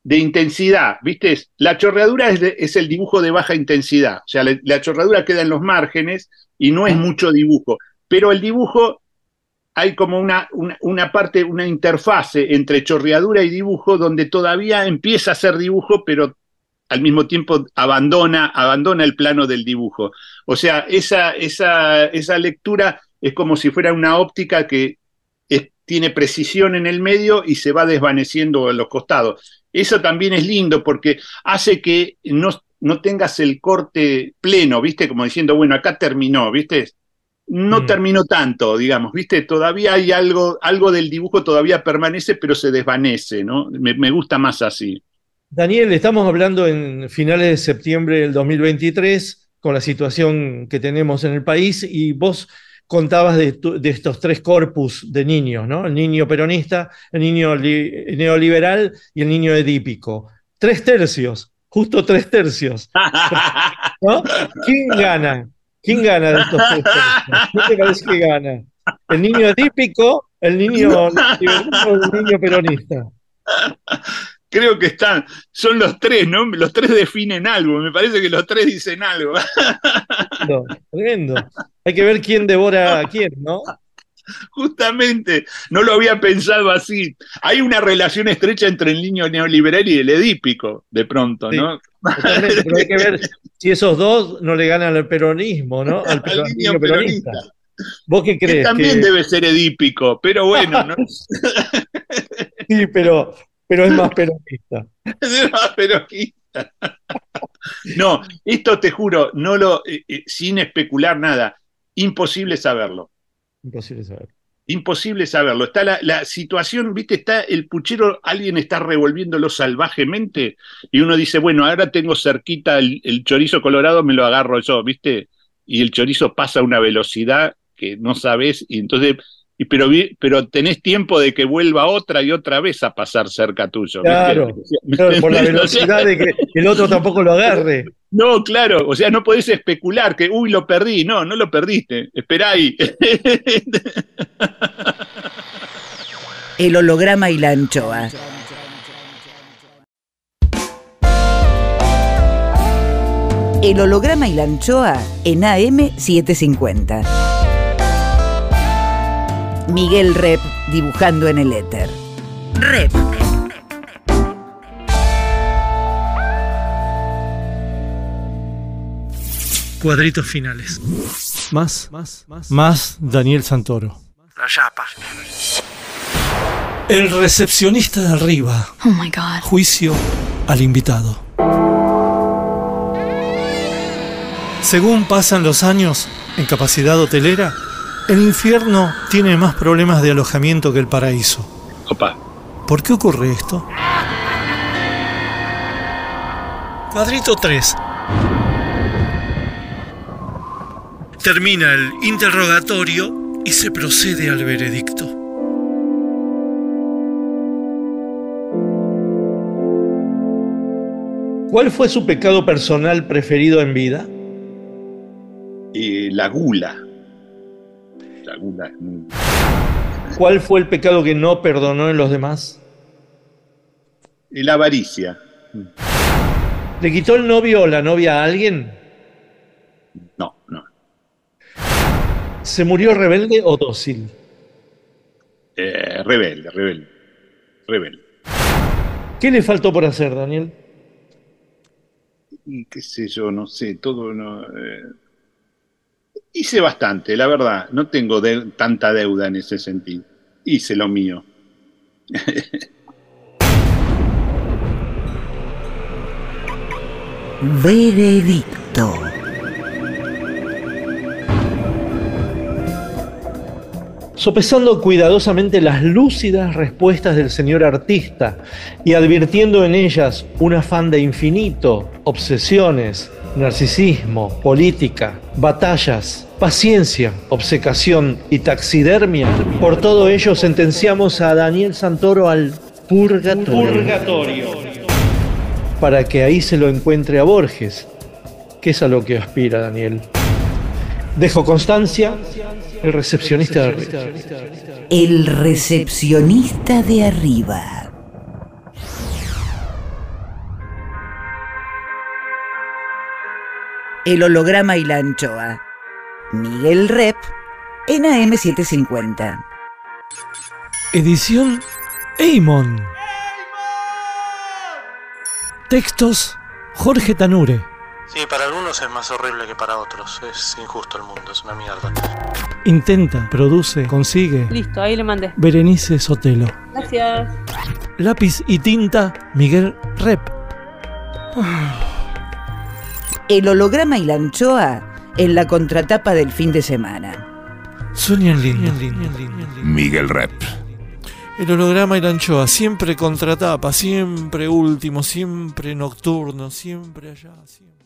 Speaker 4: de intensidad, ¿viste? La chorreadura es, de, es el dibujo de baja intensidad, o sea, la, la chorreadura queda en los márgenes y no es mucho dibujo, pero el dibujo, hay como una, una, una parte, una interfase entre chorreadura y dibujo donde todavía empieza a ser dibujo, pero al mismo tiempo abandona, abandona el plano del dibujo. O sea, esa, esa, esa lectura es como si fuera una óptica que es, tiene precisión en el medio y se va desvaneciendo en los costados. Eso también es lindo porque hace que no, no tengas el corte pleno, ¿viste? Como diciendo, bueno, acá terminó, ¿viste? No mm. terminó tanto, digamos, ¿viste? Todavía hay algo, algo del dibujo todavía permanece, pero se desvanece, ¿no? Me, me gusta más así.
Speaker 5: Daniel, estamos hablando en finales de septiembre del dos mil veintitrés, con la situación que tenemos en el país, y vos contabas de, tu, de estos tres corpus de niños, ¿no? El niño peronista, el niño li, neoliberal y el niño edípico. Tres tercios, justo tres tercios. ¿No? ¿Quién gana? ¿Quién gana de estos tres tercios? ¿Qué te parece que gana? ¿El niño edípico, el niño liberal o el niño peronista?
Speaker 4: Creo que están, son los tres, ¿no? Los tres definen algo, me parece que los tres dicen algo.
Speaker 5: Tremendo, tremendo. Hay que ver quién devora a quién, ¿no?
Speaker 4: Justamente, no lo había pensado así. Hay una relación estrecha entre el niño neoliberal y el edípico, de pronto, sí, ¿no?
Speaker 5: Totalmente, pero hay que ver si esos dos no le ganan al peronismo, ¿no? Al, peron, al niño peronista. peronista. ¿Vos qué crees?
Speaker 4: Que también que... debe ser edípico, pero bueno, ¿no?
Speaker 5: Sí, pero... pero es más peronista.
Speaker 4: Es más peronista. No, esto te juro, no lo, eh, eh, sin especular nada, imposible saberlo.
Speaker 5: Imposible saberlo.
Speaker 4: Imposible saberlo. Está la, la situación, viste, está el puchero, alguien está revolviéndolo salvajemente y uno dice, bueno, ahora tengo cerquita el, el chorizo colorado, me lo agarro yo, viste, y el chorizo pasa a una velocidad que no sabes, y entonces... Y pero, pero tenés tiempo de que vuelva otra y otra vez a pasar cerca tuyo.
Speaker 5: Claro, claro, por la velocidad de que el otro tampoco lo agarre.
Speaker 4: No, claro, o sea, no podés especular que, uy, lo perdí. No, no lo perdiste, esperá ahí.
Speaker 1: El holograma y la anchoa. El holograma y la anchoa en A M setecientos cincuenta. Miguel Rep dibujando en el éter. Rep.
Speaker 11: Cuadritos finales. Más, más, más, más Daniel Santoro.
Speaker 9: La chapa.
Speaker 11: El recepcionista de arriba.
Speaker 12: Oh my God.
Speaker 11: Juicio al invitado. Según pasan los años en capacidad hotelera, el infierno tiene más problemas de alojamiento que el paraíso.
Speaker 4: Opa.
Speaker 11: ¿Por qué ocurre esto? Cuadrito tres. Termina el interrogatorio y se procede al veredicto.
Speaker 5: ¿Cuál fue su pecado personal preferido en vida?
Speaker 4: Eh, la gula. La gula.
Speaker 5: ¿Cuál fue el pecado que no perdonó en los demás?
Speaker 4: Y la avaricia.
Speaker 5: ¿Le quitó el novio o la novia a alguien?
Speaker 4: No, no.
Speaker 5: ¿Se murió rebelde o dócil?
Speaker 4: Eh, rebelde, rebelde. Rebelde.
Speaker 5: ¿Qué le faltó por hacer, Daniel?
Speaker 4: Y qué sé yo, no sé, todo no... Eh... Hice bastante, la verdad, no tengo de, tanta deuda en ese sentido. Hice lo mío.
Speaker 1: Veredicto.
Speaker 5: Sopesando cuidadosamente las lúcidas respuestas del señor artista y advirtiendo en ellas un afán de infinito, obsesiones, narcisismo, política, batallas, paciencia, obcecación y taxidermia, por todo ello sentenciamos a Daniel Santoro al purgatorio, purgatorio, para que ahí se lo encuentre a Borges, que es a lo que aspira Daniel. Dejo constancia, el recepcionista de arriba.
Speaker 1: El recepcionista de arriba. El holograma y la anchoa. Miguel Rep en A M setecientos cincuenta.
Speaker 11: Edición Eimon. Textos Jorge Tanure.
Speaker 9: Sí, para algunos es más horrible que para otros. Es injusto el mundo, es una mierda.
Speaker 11: Intenta, produce, consigue.
Speaker 12: Listo, ahí le mandé.
Speaker 11: Berenice Sotelo.
Speaker 12: Gracias.
Speaker 11: Lápiz y tinta, Miguel Rep.
Speaker 1: El holograma y la anchoa en la contratapa del fin de semana.
Speaker 11: Sueñan lindo.
Speaker 7: Miguel Rep.
Speaker 11: El holograma y la anchoa, siempre contratapa, siempre último, siempre nocturno, siempre allá, siempre.